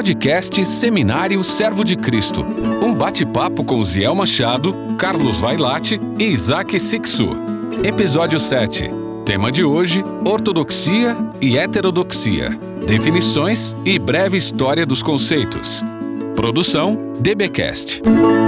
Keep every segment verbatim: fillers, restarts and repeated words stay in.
Podcast Seminário Servo de Cristo. Um bate-papo com Ziel Machado, Carlos Vailate e Isaac Sixu. Episódio sete. Tema de hoje, ortodoxia e heterodoxia. Definições e breve história dos conceitos. Produção DBcast.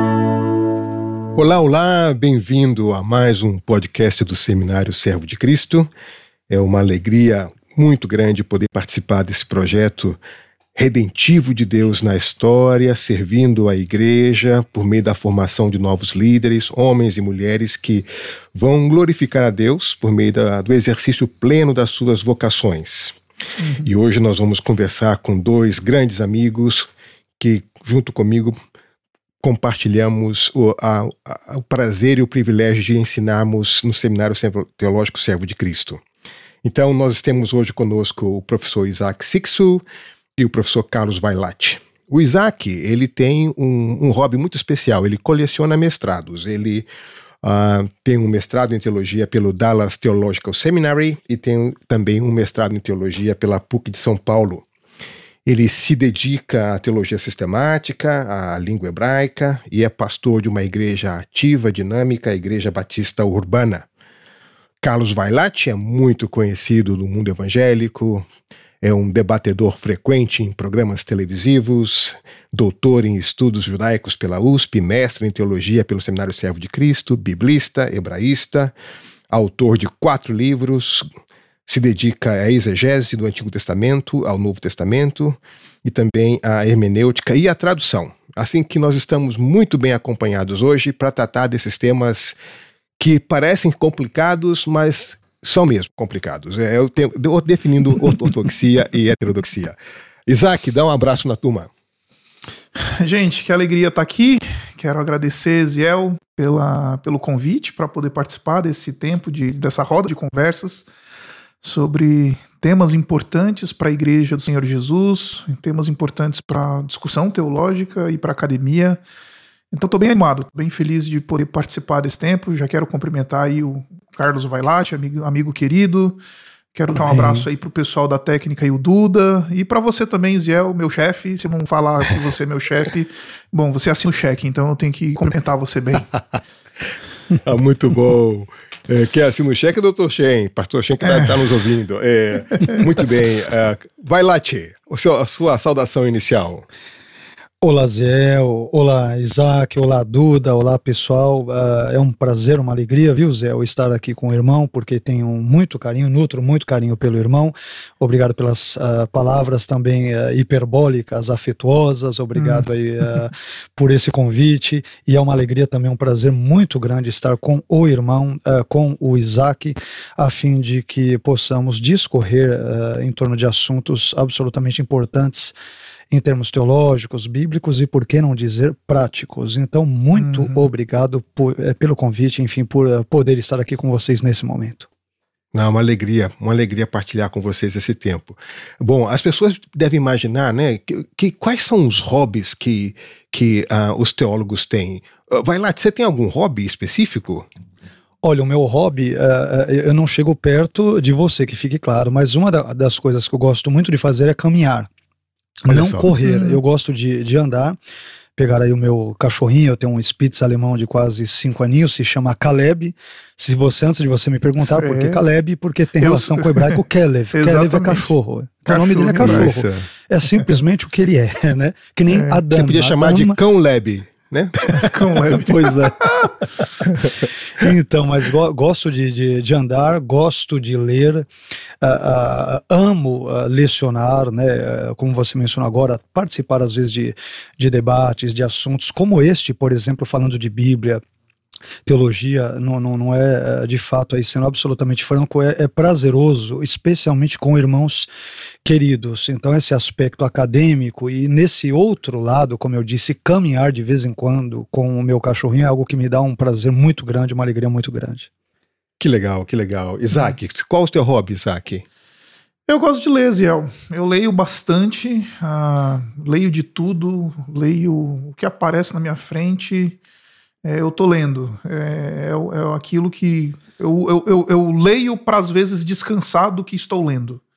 Olá, olá, bem-vindo a mais um podcast do Seminário Servo de Cristo. É uma alegria muito grande poder participar desse projeto redentivo de Deus na história, servindo a igreja por meio da formação de novos líderes, homens e mulheres que vão glorificar a Deus por meio da, do exercício pleno das suas vocações. Uhum. E hoje nós vamos conversar com dois grandes amigos que, junto comigo, compartilhamos o, a, a, o prazer e o privilégio de ensinarmos no Seminário Teológico Servo de Cristo. Então, nós temos hoje conosco o professor Isaac Sixu e o professor Carlos Vailate. O Isaac, ele tem um, um hobby muito especial, ele coleciona mestrados. Ele uh, tem um mestrado em teologia pelo Dallas Theological Seminary e tem também um mestrado em teologia pela P U C de São Paulo. Ele se dedica à teologia sistemática, à língua hebraica e é pastor de uma igreja ativa, dinâmica, a Igreja Batista Urbana. Carlos Vailate é muito conhecido no mundo evangélico, é um debatedor frequente em programas televisivos, doutor em estudos judaicos pela U S P, mestre em teologia pelo Seminário Servo de Cristo, biblista, hebraísta, autor de quatro livros, se dedica à exegese do Antigo Testamento, ao Novo Testamento e também à hermenêutica e à tradução. Assim que nós estamos muito bem acompanhados hoje para tratar desses temas que parecem complicados, mas são mesmo complicados. É, eu tenho, eu definindo ortodoxia e heterodoxia. Isaac, dá um abraço na turma. Gente, que alegria estar aqui. Quero agradecer, Ziel, pela, pelo convite para poder participar desse tempo, de, dessa roda de conversas sobre temas importantes para a Igreja do Senhor Jesus, temas importantes para a discussão teológica e para a academia. Então estou bem animado, bem feliz de poder participar desse tempo. Já quero cumprimentar aí o Carlos Vailate, amigo, amigo querido. Quero dar um abraço aí pro pessoal da técnica e o Duda. E para você também, Ziel, meu chefe. Se eu não falar que você é meu chefe, bom, você assina o cheque, então eu tenho que cumprimentar você bem. Ah, muito bom. É, quem assina o cheque é o doutor Shen, pastor Shen que está é. tá nos ouvindo. É, muito bem. É, Vailate, o seu, a sua saudação inicial. Olá, Ziel, olá, Isaac, olá, Duda, olá, pessoal. Uh, é um prazer, uma alegria, viu, Ziel, estar aqui com o irmão, porque tenho muito carinho, nutro muito carinho pelo irmão. Obrigado pelas uh, palavras também uh, hiperbólicas, afetuosas. Obrigado hum. aí, uh, por esse convite. E é uma alegria também, um prazer muito grande estar com o irmão, uh, com o Isaac, a fim de que possamos discorrer uh, em torno de assuntos absolutamente importantes em termos teológicos, bíblicos e, por que não dizer, práticos. Então, muito uhum. obrigado por, é, pelo convite, enfim, por uh, poder estar aqui com vocês nesse momento. Não, uma alegria, uma alegria partilhar com vocês esse tempo. Bom, as pessoas devem imaginar, né, que, que quais são os hobbies que, que uh, os teólogos têm. Uh, vai lá, você tem algum hobby específico? Olha, o meu hobby, uh, eu não chego perto de você, que fique claro, mas uma da, das coisas que eu gosto muito de fazer é caminhar. Olha não só. correr, hum. eu gosto de, de andar, pegar aí o meu cachorrinho, eu tenho um Spitz alemão de quase cinco aninhos, se chama Caleb. Se você, antes de você me perguntar por que Caleb, porque tem eu relação com o hebraico Kelev. Kelev é cachorro, então, o nome dele é cachorro. Isso. É simplesmente o que ele é, né? Que nem é. Adão. Você podia chamar Adão, de Cão Leb, né? Cão Leb. Pois é. Então, mas go gosto de, de, de andar, gosto de ler, uh, uh, amo uh, lecionar, né, uh, como você mencionou agora, participar às vezes de, de debates, de assuntos como este, por exemplo, falando de Bíblia, teologia, não, não, não é de fato, aí sendo absolutamente franco, é, é prazeroso, especialmente com irmãos queridos. Então esse aspecto acadêmico e nesse outro lado, como eu disse, caminhar de vez em quando com o meu cachorrinho é algo que me dá um prazer muito grande, uma alegria muito grande. Que legal, que legal. Isaac, hum. qual é o teu hobby, Isaac? Eu gosto de ler, Ziel. Eu leio bastante, uh, leio de tudo, leio o que aparece na minha frente. É, eu tô lendo, é, é, é aquilo que eu, eu, eu, eu leio para às vezes descansar do que estou lendo.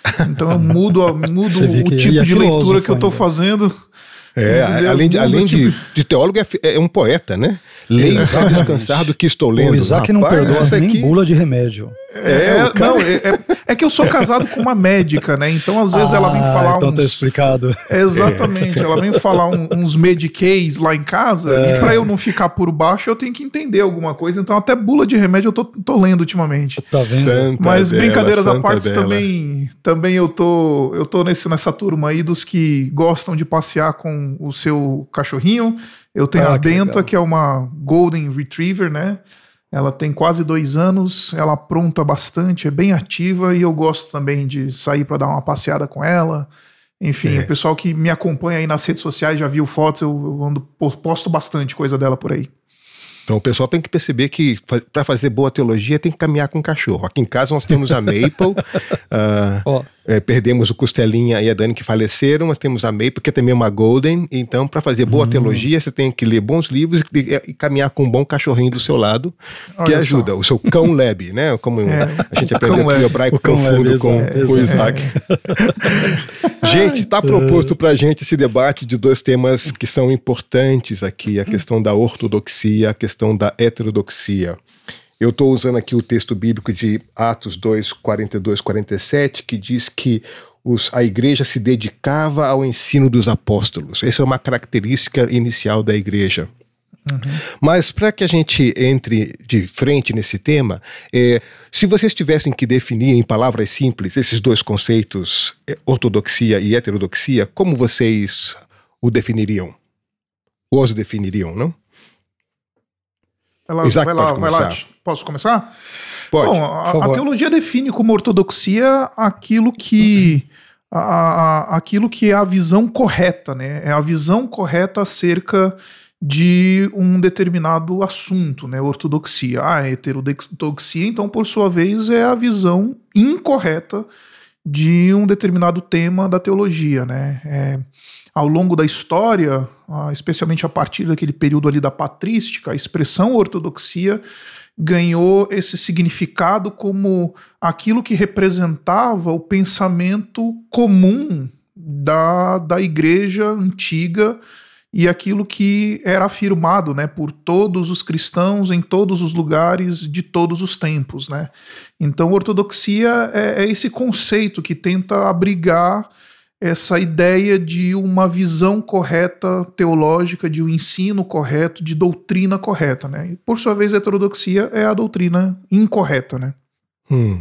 Então eu mudo, mudo o tipo é de leitura que eu estou fazendo. É, além, de, além de, de teólogo, é, é um poeta, né? Leia e sabe descansar do que estou lendo. O Isaac não Rapaz, perdoa nem aqui... bula de remédio. É, é, cara... não, é, é, é que eu sou casado com uma médica, né? Então, às vezes, ah, ela vem falar então uns... tá explicado. Exatamente. É. Ela vem falar um, uns medicays lá em casa, é. E pra eu não ficar por baixo, eu tenho que entender alguma coisa. Então, até bula de remédio eu tô, tô lendo ultimamente. Tá vendo? Santa Mas dela, brincadeiras à parte, dela. também, também eu tô, eu tô nesse, nessa turma aí dos que gostam de passear com o seu cachorrinho. Eu tenho ah, a Benta, que, que é uma Golden Retriever, né? Ela tem quase dois anos, ela apronta bastante, é bem ativa e eu gosto também de sair para dar uma passeada com ela. Enfim, é. O pessoal que me acompanha aí nas redes sociais já viu fotos, eu, eu ando, posto bastante coisa dela por aí. Então o pessoal tem que perceber que para fazer boa teologia tem que caminhar com o cachorro. Aqui em casa nós temos a Maple, uh, oh. é, perdemos o Costelinha e a Dani que faleceram, mas temos a Maple, que é também uma Golden. Então para fazer boa hum. teologia você tem que ler bons livros e, e caminhar com um bom cachorrinho do seu lado, que Olha ajuda, só. O seu cão lab, né? Como é. a gente aprendeu aqui o hebraico profundo lab, com é, o Isaac. É. Gente, está proposto para a gente esse debate de dois temas que são importantes aqui, a questão da ortodoxia, a questão da heterodoxia. Eu estou usando aqui o texto bíblico de Atos dois, quarenta e dois, quarenta e sete, que diz que os, a igreja se dedicava ao ensino dos apóstolos. Essa é uma característica inicial da igreja. Uhum. Mas para que a gente entre de frente nesse tema, é, se vocês tivessem que definir em palavras simples esses dois conceitos, ortodoxia e heterodoxia, como vocês o definiriam? Os definiriam, não? Vai lá, Isaac, vai lá, vai lá. Posso começar? Pode. Bom, a, a teologia define como ortodoxia aquilo que, a, a, aquilo que é a visão correta, né? É a visão correta acerca de um determinado assunto, né? Ortodoxia. A heterodoxia, então, por sua vez, é a visão incorreta de um determinado tema da teologia, né? É, ao longo da história, especialmente a partir daquele período ali da patrística, a expressão ortodoxia ganhou esse significado como aquilo que representava o pensamento comum da, da igreja antiga e aquilo que era afirmado, né, por todos os cristãos em todos os lugares de todos os tempos, né? Então, ortodoxia é, é esse conceito que tenta abrigar essa ideia de uma visão correta teológica, de um ensino correto, de doutrina correta, né? E, por sua vez, a heterodoxia é a doutrina incorreta, né? Hum.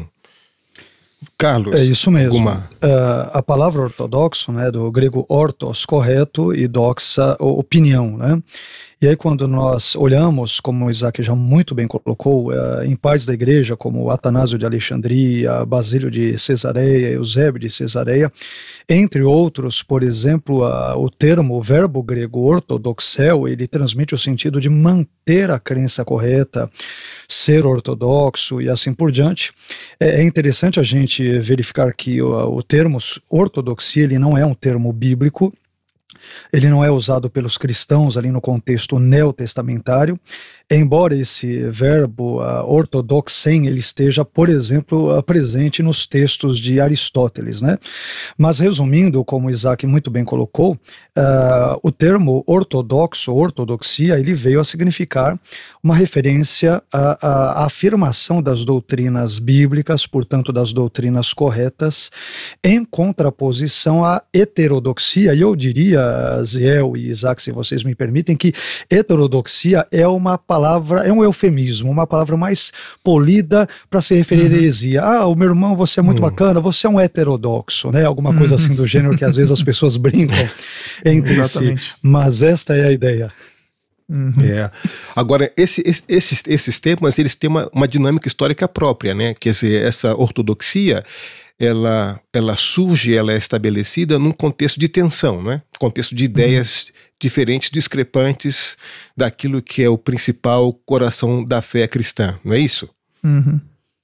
Carlos. É isso mesmo. Uh, a palavra ortodoxo, né, do grego ortos, correto, e doxa, opinião, né? E aí quando nós olhamos, como o Isaac já muito bem colocou, uh, em pais da igreja, como Atanásio de Alexandria, Basílio de Cesareia, Eusébio de Cesareia, entre outros, por exemplo, uh, o termo, o verbo grego ortodoxel, ele transmite o sentido de manter a crença correta, ser ortodoxo e assim por diante. É, é interessante a gente verificar que o, o termo ortodoxia, ele não é um termo bíblico. Ele não é usado pelos cristãos ali no contexto neotestamentário, embora esse verbo uh, ortodoxen ele esteja, por exemplo, uh, presente nos textos de Aristóteles, né? Mas resumindo, como Isaac muito bem colocou, uh, o termo ortodoxo, ortodoxia, ele veio a significar uma referência à, à afirmação das doutrinas bíblicas, portanto das doutrinas corretas, em contraposição à heterodoxia, e eu diria, Ziel e Isaac, se vocês me permitem, que heterodoxia é uma palavra, é um eufemismo, uma palavra mais polida para se referir uhum. à heresia. Ah, o meu irmão, você é muito uhum. bacana, você é um heterodoxo, né? Alguma coisa uhum. assim do gênero que às vezes as pessoas brincam entre Exatamente. si. Mas esta é a ideia. Uhum. É. Agora, esse, esse, esses, esses temas, eles têm uma, uma dinâmica histórica própria, né? Quer dizer, essa ortodoxia, ela, ela surge, ela é estabelecida num contexto de tensão, né? Contexto de ideias uhum. diferentes, discrepantes daquilo que é o principal coração da fé cristã, não é isso? Uhum.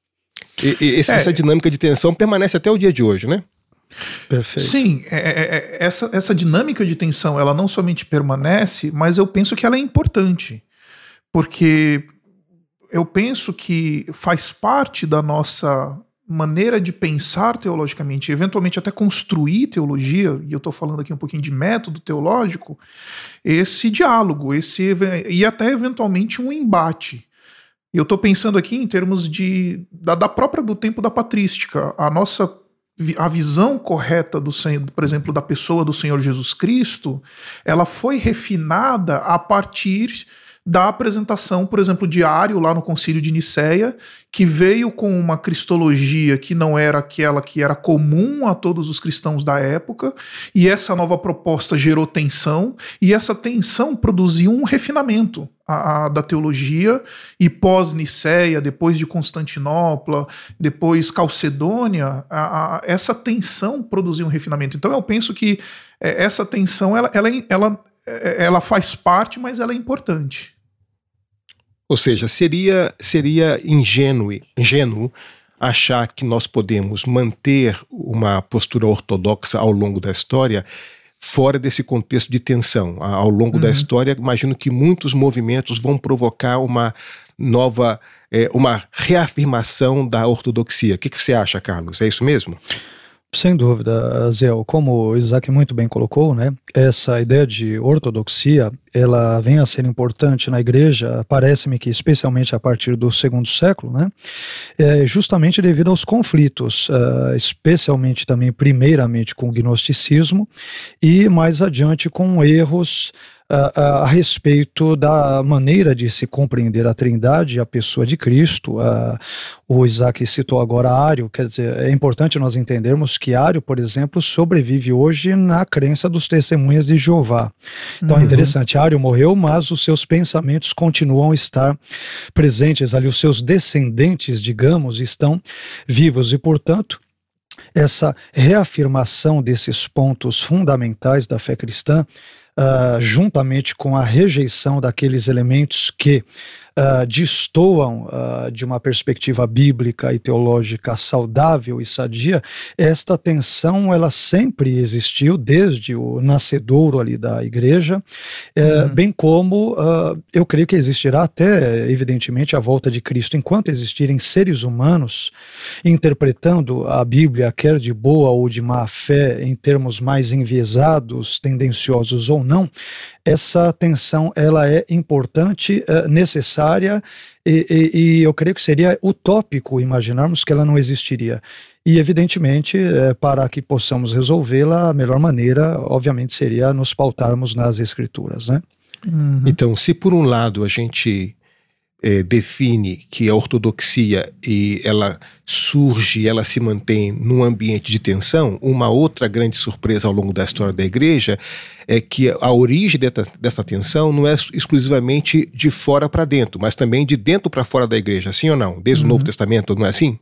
E, e esse, é. essa dinâmica de tensão permanece até o dia de hoje, né? Perfeito. Sim, é, é, essa, essa dinâmica de tensão, ela não somente permanece, mas eu penso que ela é importante, porque eu penso que faz parte da nossa maneira de pensar teologicamente, eventualmente até construir teologia, e eu estou falando aqui um pouquinho de método teológico, esse diálogo, esse, e até eventualmente um embate. Eu estou pensando aqui em termos de, da, da própria do tempo da patrística. A nossa a visão correta, do por exemplo, da pessoa do Senhor Jesus Cristo, ela foi refinada a partir da apresentação, por exemplo, de Ário lá no Concílio de Nicéia, que veio com uma cristologia que não era aquela que era comum a todos os cristãos da época, e essa nova proposta gerou tensão, e essa tensão produziu um refinamento a, a, da teologia, e pós-Nicéia, depois de Constantinopla, depois Calcedônia, a, a, essa tensão produziu um refinamento. Então eu penso que é, essa tensão, ela, ela, ela ela faz parte, mas ela é importante. Ou seja, seria, seria ingênuo, ingênuo achar que nós podemos manter uma postura ortodoxa ao longo da história fora desse contexto de tensão. Ao longo uhum. da história, imagino que muitos movimentos vão provocar uma nova, é, uma reafirmação da ortodoxia. O que, que você acha, Carlos? É isso mesmo? Sem dúvida, Zéu, como o Isaac muito bem colocou, né, essa ideia de ortodoxia, ela vem a ser importante na igreja, parece-me que especialmente a partir do segundo século, né, é justamente devido aos conflitos, uh, especialmente também, primeiramente, com o gnosticismo e mais adiante com erros A, a, a respeito da maneira de se compreender a Trindade e a pessoa de Cristo. A, o Isaac citou agora Ário, quer dizer, é importante nós entendermos que Ário, por exemplo, sobrevive hoje na crença dos testemunhas de Jeová. Então uhum. é interessante, Ário morreu, mas os seus pensamentos continuam a estar presentes ali, os seus descendentes, digamos, estão vivos e, portanto, essa reafirmação desses pontos fundamentais da fé cristã, Uh, juntamente com a rejeição daqueles elementos que uh, destoam uh, de uma perspectiva bíblica e teológica saudável e sadia, esta tensão ela sempre existiu desde o nascedouro ali da igreja, uh, uhum. bem como uh, eu creio que existirá até, evidentemente, a volta de Cristo. Enquanto existirem seres humanos interpretando a Bíblia, quer de boa ou de má fé, em termos mais enviesados, tendenciosos ou não, essa tensão ela é importante, é necessária e, e, e eu creio que seria utópico imaginarmos que ela não existiria. E evidentemente, é, para que possamos resolvê-la, a melhor maneira, obviamente, seria nos pautarmos nas Escrituras, né? Uhum. Então, se por um lado a gente É, define que a ortodoxia e ela surge, ela se mantém num ambiente de tensão, uma outra grande surpresa ao longo da história da igreja é que a origem dessa, dessa tensão não é exclusivamente de fora para dentro, mas também de dentro para fora da igreja, sim ou não? Desde uhum. o Novo Testamento, não é assim?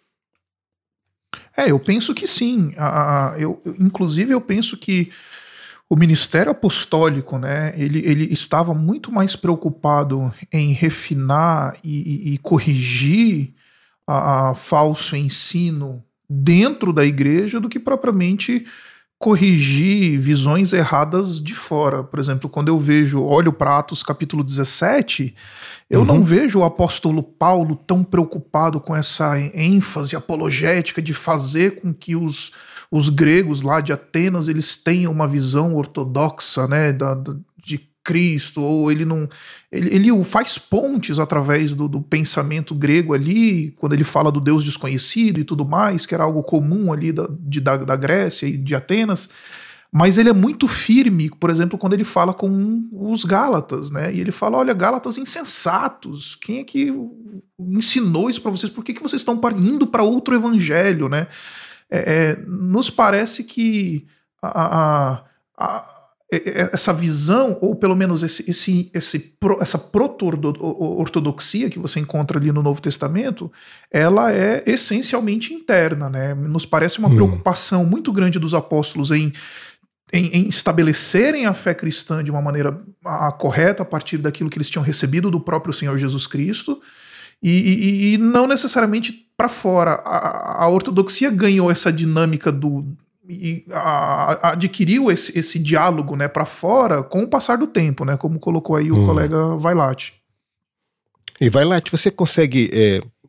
É, eu penso que sim. Ah, eu, eu, inclusive eu penso que o ministério apostólico, né, ele, ele estava muito mais preocupado em refinar e, e, e corrigir a, a falso ensino dentro da igreja do que propriamente corrigir visões erradas de fora. Por exemplo, quando eu vejo, olho para Atos capítulo dezessete, eu uhum. não vejo o apóstolo Paulo tão preocupado com essa ênfase apologética de fazer com que os Os gregos lá de Atenas, eles têm uma visão ortodoxa, né, da, da, de Cristo, ou ele não... Ele, ele faz pontes através do, do pensamento grego ali, quando ele fala do Deus desconhecido e tudo mais, que era algo comum ali da, de, da, da Grécia e de Atenas, mas ele é muito firme, por exemplo, quando ele fala com os Gálatas, né, e ele fala, olha, Gálatas insensatos, quem é que ensinou isso para vocês? Por que, que vocês estão indo para outro evangelho, né? É, é, nos parece que a, a, a, essa visão, ou pelo menos esse, esse, esse, essa proto-ortodoxia que você encontra ali no Novo Testamento, ela é essencialmente interna, né? Nos parece uma hum. preocupação muito grande dos apóstolos em, em, em estabelecerem a fé cristã de uma maneira a, a correta a partir daquilo que eles tinham recebido do próprio Senhor Jesus Cristo, e, e, e não necessariamente para fora. A, a ortodoxia ganhou essa dinâmica do e a, a, adquiriu esse, esse diálogo, né, para fora com o passar do tempo, né, como colocou aí o hum. colega Vailate. E Vailate, você consegue é,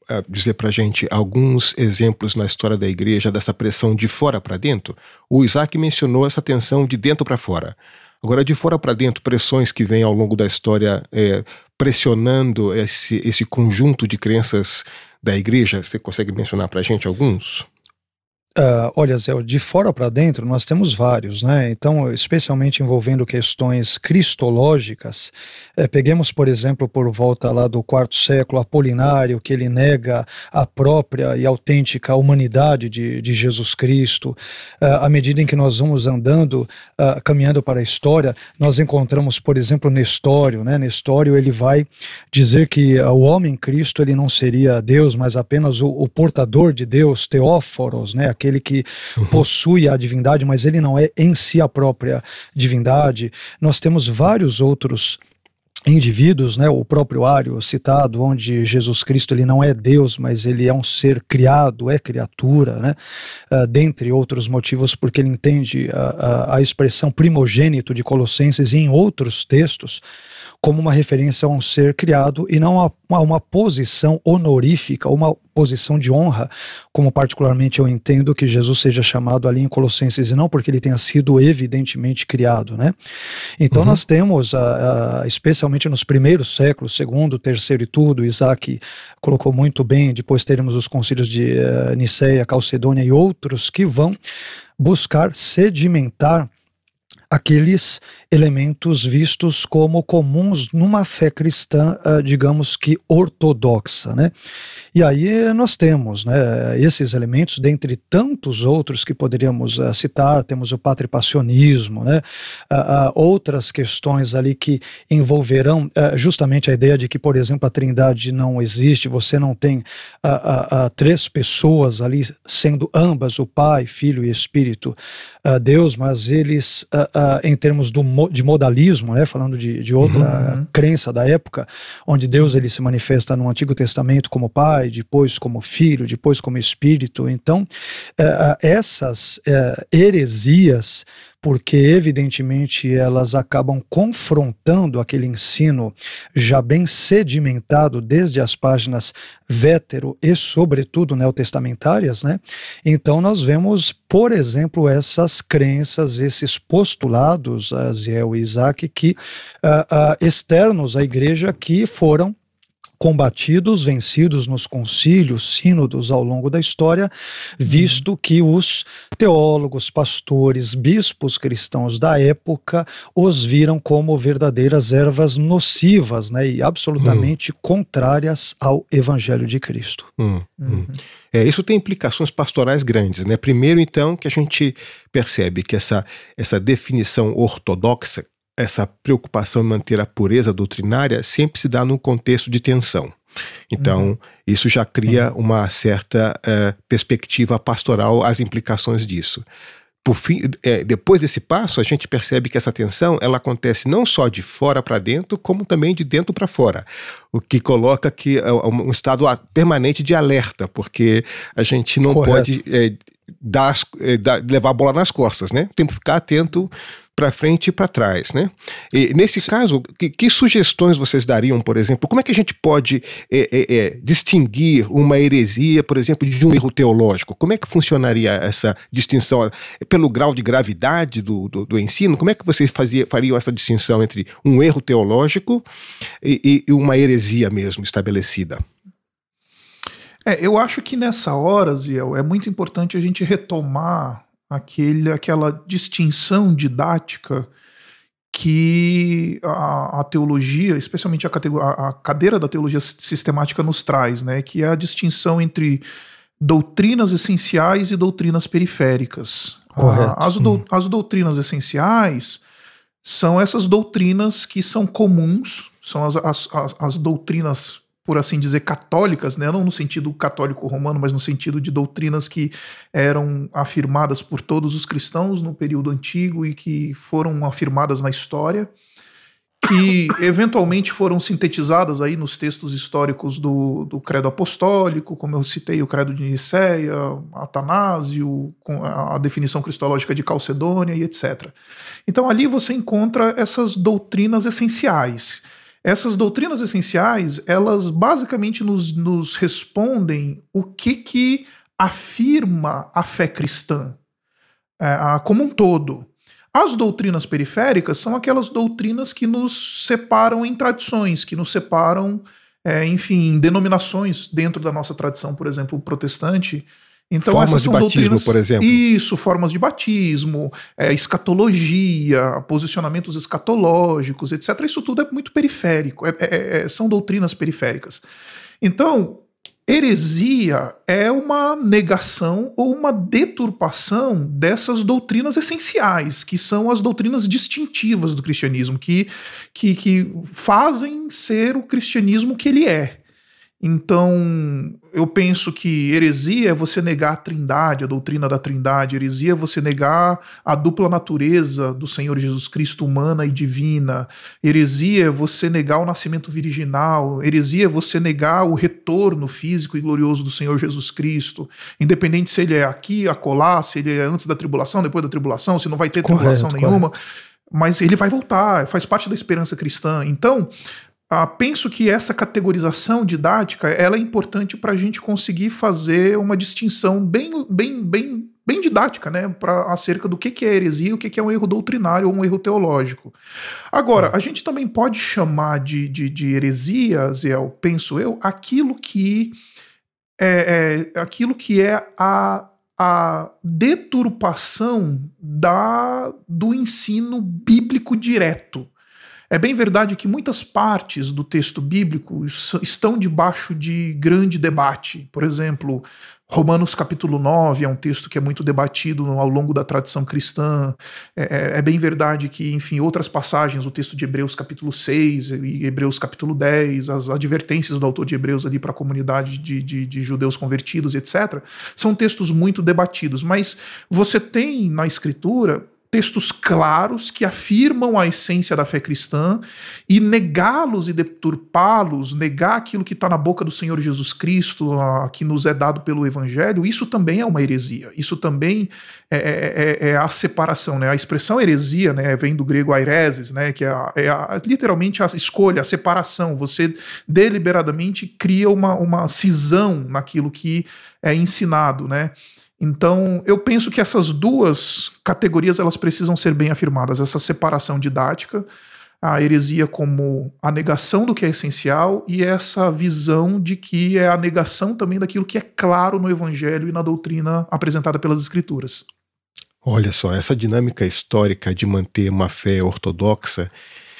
uh, dizer para a gente alguns exemplos na história da igreja dessa pressão de fora para dentro? O Isaac mencionou essa tensão de dentro para fora. Agora, de fora para dentro, pressões que vêm ao longo da história é, pressionando esse, esse conjunto de crenças da igreja, você consegue mencionar para a gente alguns? Uh, olha, Zé, de fora para dentro nós temos vários, né? Então, especialmente envolvendo questões cristológicas, eh, peguemos, por exemplo, por volta lá do quarto século, Apolinário, que ele nega a própria e autêntica humanidade de, de Jesus Cristo. Uh, à medida em que nós vamos andando, uh, caminhando para a história, nós encontramos, por exemplo, Nestório, né? Nestório, ele vai dizer que uh, o homem Cristo, ele não seria Deus, mas apenas o, o portador de Deus, Teóforos, né? Aquele que uhum. possui a divindade, mas ele não é em si a própria divindade. Nós temos vários outros indivíduos, né, o próprio Ário citado, onde Jesus Cristo ele não é Deus, mas ele é um ser criado, é criatura, né, uh, dentre outros motivos, porque ele entende a, a, a expressão primogênito de Colossenses e em outros textos como uma referência a um ser criado e não a, a uma posição honorífica, uma posição de honra, como particularmente eu entendo que Jesus seja chamado ali em Colossenses, e não porque ele tenha sido evidentemente criado, né? Então uhum. nós temos, a, a, especialmente nos primeiros séculos, segundo, terceiro e tudo, Isaac colocou muito bem, depois teremos os concílios de uh, Niceia, Calcedônia e outros que vão buscar sedimentar aqueles elementos vistos como comuns numa fé cristã, uh, digamos que ortodoxa, né? E aí nós temos, né, esses elementos, dentre tantos outros que poderíamos uh, citar, temos o patripassionismo, né, uh, uh, outras questões ali que envolverão uh, justamente a ideia de que, por exemplo, a Trindade não existe, você não tem uh, uh, uh, três pessoas ali, sendo ambas o Pai, Filho e Espírito uh, Deus, mas eles, uh, uh, em termos do, de modalismo, né, falando de, de outra uhum. crença da época, onde Deus ele se manifesta no Antigo Testamento como Pai, depois como Filho, depois como Espírito. Então, uh, essas uh, heresias, porque evidentemente elas acabam confrontando aquele ensino já bem sedimentado desde as páginas vétero e sobretudo neotestamentárias, né? Então nós vemos, por exemplo, essas crenças, esses postulados, Aziel e Isaac, que uh, uh, externos à igreja, que foram combatidos, vencidos nos concílios, sínodos ao longo da história, visto que os teólogos, pastores, bispos cristãos da época os viram como verdadeiras ervas nocivas, né, e absolutamente hum. contrárias ao Evangelho de Cristo. Hum, hum. É, isso tem implicações pastorais grandes, né? Primeiro, então, que a gente percebe que essa, essa definição ortodoxa, essa preocupação em manter a pureza doutrinária sempre se dá num contexto de tensão. Então, uhum. isso já cria uhum. uma certa uh, perspectiva pastoral, as implicações disso. Por fim, é, depois desse passo, a gente percebe que essa tensão ela acontece não só de fora para dentro, como também de dentro para fora. O que coloca que é um estado permanente de alerta, porque a gente não Correto. pode é, dar, é, dar, levar a bola nas costas, né? Tem que ficar atento para frente e para trás, né? E nesse Sim. caso, que, que sugestões vocês dariam, por exemplo? Como é que a gente pode é, é, é, distinguir uma heresia, por exemplo, de um erro teológico? Como é que funcionaria essa distinção? Pelo grau de gravidade do, do, do ensino? Como é que vocês fazia, fariam essa distinção entre um erro teológico e, e uma heresia mesmo estabelecida? É, eu acho que nessa hora, Ziel, é muito importante a gente retomar Aquele, aquela distinção didática que a, a teologia, especialmente a, a cadeira da teologia sistemática nos traz, né, que é a distinção entre doutrinas essenciais e doutrinas periféricas. Correto. A, as, do, as doutrinas essenciais são essas doutrinas que são comuns, são as, as, as, as doutrinas, por assim dizer, católicas, né? Não no sentido católico romano, mas no sentido de doutrinas que eram afirmadas por todos os cristãos no período antigo e que foram afirmadas na história, que eventualmente foram sintetizadas aí nos textos históricos do, do credo apostólico, como eu citei o credo de Niceia, Atanásio, com a definição cristológica de Calcedônia e etcétera. Então ali você encontra essas doutrinas essenciais. Essas doutrinas essenciais, elas basicamente nos, nos respondem o que que afirma a fé cristã é, a, como um todo. As doutrinas periféricas são aquelas doutrinas que nos separam em tradições, que nos separam, é, enfim, em denominações dentro da nossa tradição, por exemplo, protestante. Então, formas essas são de batismo, doutrinas, por exemplo. Isso, formas de batismo, é, escatologia, posicionamentos escatológicos, etcétera. Isso tudo é muito periférico, é, é, é, são doutrinas periféricas. Então, heresia é uma negação ou uma deturpação dessas doutrinas essenciais, que são as doutrinas distintivas do cristianismo, que, que, que fazem ser o cristianismo que ele é. Então, eu penso que heresia é você negar a trindade, a doutrina da trindade. Heresia é você negar a dupla natureza do Senhor Jesus Cristo, humana e divina. Heresia é você negar o nascimento virginal. Heresia é você negar o retorno físico e glorioso do Senhor Jesus Cristo. Independente se ele é aqui, acolá, se ele é antes da tribulação, depois da tribulação, se não vai ter Correto, tribulação nenhuma. correto. Mas ele vai voltar, faz parte da esperança cristã. Então, Ah, penso que essa categorização didática ela é importante para a gente conseguir fazer uma distinção bem, bem, bem, bem didática, né, pra, acerca do que, que é heresia, o que, que é um erro doutrinário ou um erro teológico. Agora, a gente também pode chamar de, de, de heresia, Ziel, penso eu, aquilo que é, é, aquilo que é a, a deturpação da, do ensino bíblico direto. É bem verdade que muitas partes do texto bíblico estão debaixo de grande debate. Por exemplo, Romanos capítulo nove é um texto que é muito debatido ao longo da tradição cristã. É, é bem verdade que, enfim, outras passagens, o texto de Hebreus capítulo seis e Hebreus capítulo dez, as advertências do autor de Hebreus ali para a comunidade de, de, de judeus convertidos, etcétera, são textos muito debatidos. Mas você tem na Escritura textos claros que afirmam a essência da fé cristã, e negá-los e deturpá-los, negar aquilo que está na boca do Senhor Jesus Cristo, a, que nos é dado pelo Evangelho, isso também é uma heresia. Isso também é, é, é a separação, né? A expressão heresia, né, vem do grego aireses, né, que é, a, é a, literalmente a escolha, a separação. Você deliberadamente cria uma, uma cisão naquilo que é ensinado, né? Então, eu penso que essas duas categorias elas precisam ser bem afirmadas, essa separação didática, a heresia como a negação do que é essencial e essa visão de que é a negação também daquilo que é claro no Evangelho e na doutrina apresentada pelas Escrituras. Olha só, essa dinâmica histórica de manter uma fé ortodoxa,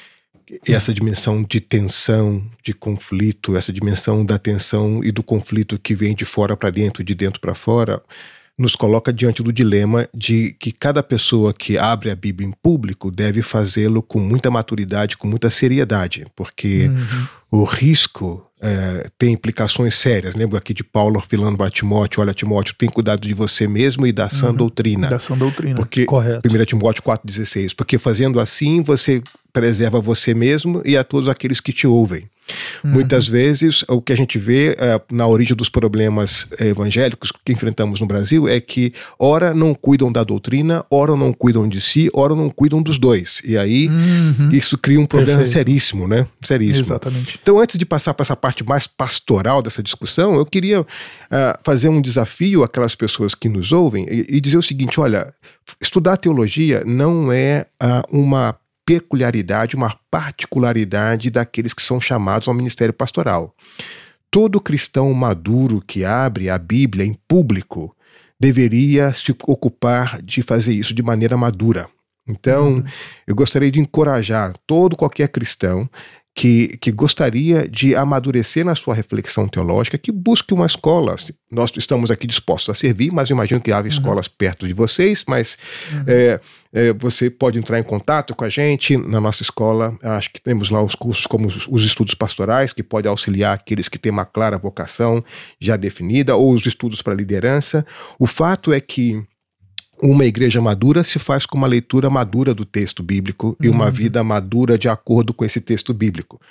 essa dimensão de tensão, de conflito, essa dimensão da tensão e do conflito que vem de fora para dentro, de dentro para fora, nos coloca diante do dilema de que cada pessoa que abre a Bíblia em público deve fazê-lo com muita maturidade, com muita seriedade, porque uhum. o risco é, tem implicações sérias. Lembro aqui de Paulo falando para Timóteo: olha, Timóteo, tem cuidado de você mesmo e da sã uhum. doutrina. Da sã doutrina, porque, correto. primeiro Timóteo quatro dezesseis, porque fazendo assim você preserva você mesmo e a todos aqueles que te ouvem. Uhum. Muitas vezes o que a gente vê é, na origem dos problemas evangélicos que enfrentamos no Brasil é que ora não cuidam da doutrina, ora não cuidam de si, ora não cuidam dos dois. E aí uhum. isso cria um problema Perfeito. seríssimo, né? Seríssimo. Exatamente. Então, antes de passar para essa parte mais pastoral dessa discussão, eu queria uh, fazer um desafio àquelas pessoas que nos ouvem e, e dizer o seguinte: olha, estudar teologia não é uh, uma peculiaridade, uma particularidade daqueles que são chamados ao ministério pastoral. Todo cristão maduro que abre a Bíblia em público deveria se ocupar de fazer isso de maneira madura. Então, uhum. eu gostaria de encorajar todo qualquer cristão que, que gostaria de amadurecer na sua reflexão teológica, que busque uma escola. Nós estamos aqui dispostos a servir, mas eu imagino que haja uhum. escolas perto de vocês, mas uhum. é, é, você pode entrar em contato com a gente na nossa escola. Acho que temos lá os cursos como os, os estudos pastorais, que pode auxiliar aqueles que têm uma clara vocação já definida, ou os estudos para liderança. O fato é que uma igreja madura se faz com uma leitura madura do texto bíblico uhum. e uma vida madura de acordo com esse texto bíblico.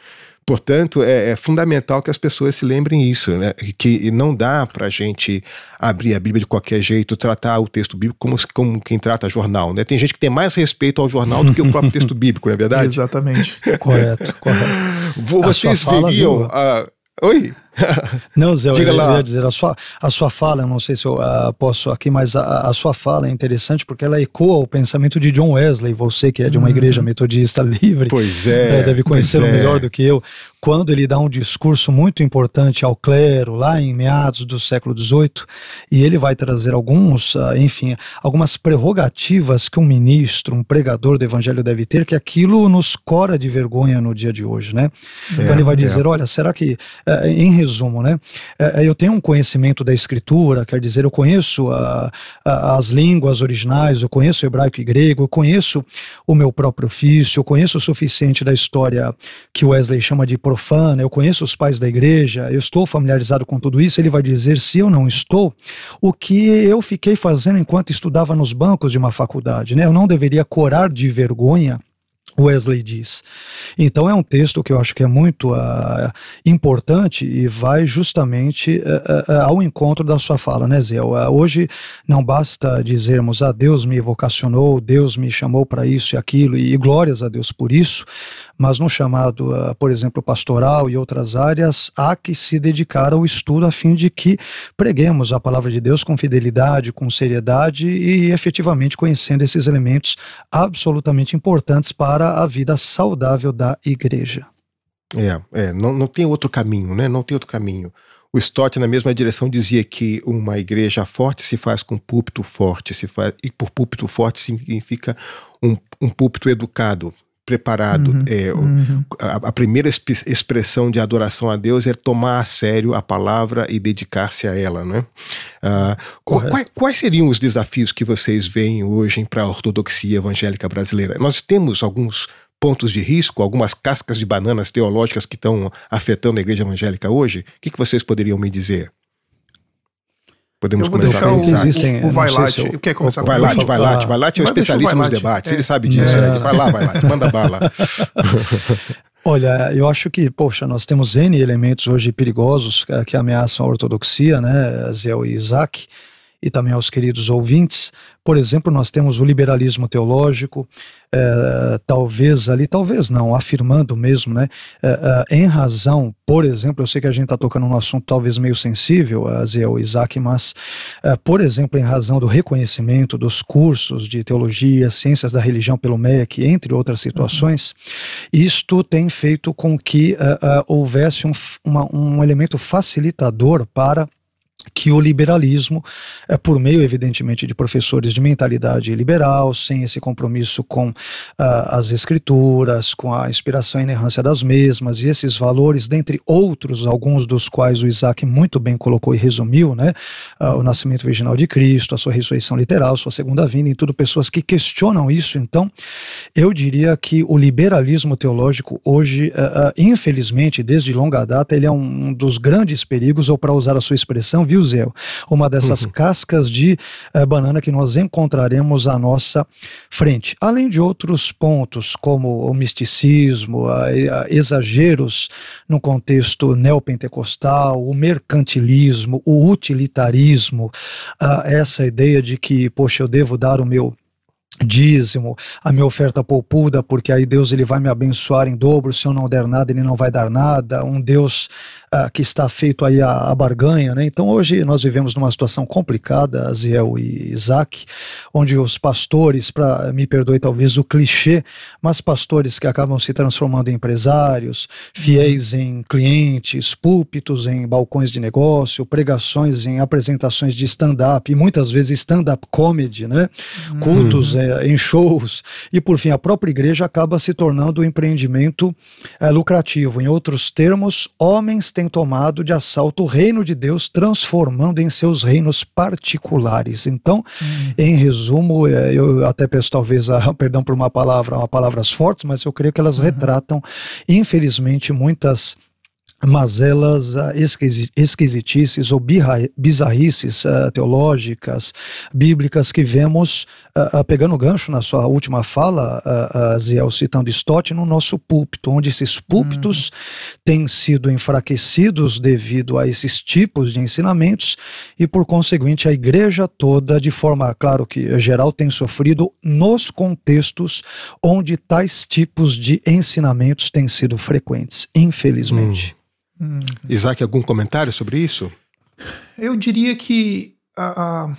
Portanto, é, é fundamental que as pessoas se lembrem isso, né? Que não dá para a gente abrir a Bíblia de qualquer jeito, tratar o texto bíblico como, como quem trata jornal, né? Tem gente que tem mais respeito ao jornal do que o próprio texto bíblico, não é verdade? Exatamente. Correto, correto. Vocês veriam... A... Oi? Não, Zé, Diga eu lá. ia dizer, a sua, a sua fala, eu não sei se eu uh, posso aqui, mas a, a sua fala é interessante porque ela ecoa o pensamento de John Wesley, você que é de uma uhum. igreja metodista livre, pois é, é, deve conhecê-lo é. melhor do que eu, quando ele dá um discurso muito importante ao clero, lá em meados do século dezoito, e ele vai trazer alguns, uh, enfim, algumas prerrogativas que um ministro, um pregador do evangelho deve ter, que aquilo nos cora de vergonha no dia de hoje, né? É, então ele vai dizer, é. olha, será que, uh, em resumo, né? Uh, eu tenho um conhecimento da escritura, quer dizer, eu conheço uh, uh, as línguas originais, eu conheço hebraico e grego, eu conheço o meu próprio ofício, eu conheço o suficiente da história que Wesley chama de profana, eu conheço os pais da igreja, eu estou familiarizado com tudo isso. Ele vai dizer, se eu não estou, o que eu fiquei fazendo enquanto estudava nos bancos de uma faculdade, né? Eu não deveria corar de vergonha, Wesley diz. Então é um texto que eu acho que é muito uh, importante e vai justamente uh, uh, ao encontro da sua fala, né, Zé? Uh, hoje não basta dizermos, ah, Deus me vocacionou, Deus me chamou para isso e aquilo, e, e glórias a Deus por isso, mas no chamado, uh, por exemplo, pastoral e outras áreas, há que se dedicar ao estudo a fim de que preguemos a palavra de Deus com fidelidade, com seriedade e efetivamente conhecendo esses elementos absolutamente importantes para a vida saudável da igreja. É, é não, não tem outro caminho, né? Não tem outro caminho. O Stott, na mesma direção, dizia que uma igreja forte se faz com púlpito forte, se faz, e por púlpito forte significa um, um púlpito educado, preparado. Uhum, é, uhum. a, a primeira exp- expressão de adoração a Deus é tomar a sério a palavra e dedicar-se a ela, né? Ah, quais, quais seriam os desafios que vocês veem hoje para a ortodoxia evangélica brasileira? Nós temos alguns pontos de risco, algumas cascas de bananas teológicas que estão afetando a igreja evangélica hoje? O que, que vocês poderiam me dizer? Podemos eu vou começar deixar com o, existem, o, o Vailate. Se eu... Quer começar com o Vailate? Vailate, Vailate é um Vai especialista nos debates, é. Ele sabe disso. É. É. Vai lá, Vailate, manda bala. Olha, eu acho que, poxa, nós temos N elementos hoje perigosos que, que ameaçam a ortodoxia, né, Zé e Isaac, e também aos queridos ouvintes. Por exemplo, nós temos o liberalismo teológico, é, talvez ali, talvez não, afirmando mesmo, né, é, é, em razão, por exemplo, eu sei que a gente está tocando num assunto talvez meio sensível, Zé ou Isaac, mas, é, por exemplo, em razão do reconhecimento dos cursos de teologia, ciências da religião pelo M E C, entre outras situações, uhum. isto tem feito com que é, é, houvesse um, uma, um elemento facilitador para que o liberalismo, é, por meio, evidentemente, de professores de mentalidade liberal, sem esse compromisso com uh, as escrituras, com a inspiração e inerrância das mesmas, e esses valores, dentre outros, alguns dos quais o Isaac muito bem colocou e resumiu, né, uh, o nascimento virginal de Cristo, a sua ressurreição literal, sua segunda vinda, e tudo, pessoas que questionam isso. Então, eu diria que o liberalismo teológico hoje, uh, uh, infelizmente, desde longa data, ele é um, um dos grandes perigos, ou para usar a sua expressão, viu, Zé? Uma dessas uhum. cascas de uh, banana que nós encontraremos à nossa frente. Além de outros pontos, como o misticismo, uh, uh, exageros no contexto neopentecostal, o mercantilismo, o utilitarismo, uh, essa ideia de que, poxa, eu devo dar o meu dízimo, a minha oferta poupuda, porque aí Deus ele vai me abençoar em dobro, se eu não der nada, ele não vai dar nada, um Deus uh, que está feito aí a, a barganha, né? Então hoje nós vivemos numa situação complicada, Aziel e Isaac, onde os pastores, para me perdoe talvez o clichê, mas pastores que acabam se transformando em empresários, fiéis em clientes, púlpitos em balcões de negócio, pregações em apresentações de stand-up, e muitas vezes stand-up comedy, né? Uhum. Cultos é, em shows, e por fim a própria igreja acaba se tornando um empreendimento é, lucrativo. Em outros termos, homens têm tomado de assalto o reino de Deus, transformando em seus reinos particulares. Então, hum. em resumo, é, eu até peço talvez a, perdão por uma palavra, uma palavras fortes, mas eu creio que elas uhum. retratam, infelizmente, muitas mazelas, uh, esquisi esquisitices ou bizarrices uh, teológicas, bíblicas que vemos, uh, uh, pegando o gancho na sua última fala, uh, uh, Ziel, citando Stott, no nosso púlpito, onde esses púlpitos uhum. têm sido enfraquecidos devido a esses tipos de ensinamentos e, por conseguinte, a igreja toda, de forma, claro que geral, tem sofrido nos contextos onde tais tipos de ensinamentos têm sido frequentes, infelizmente. Hum. Hum. Isaac, algum comentário sobre isso? Eu diria que a, a,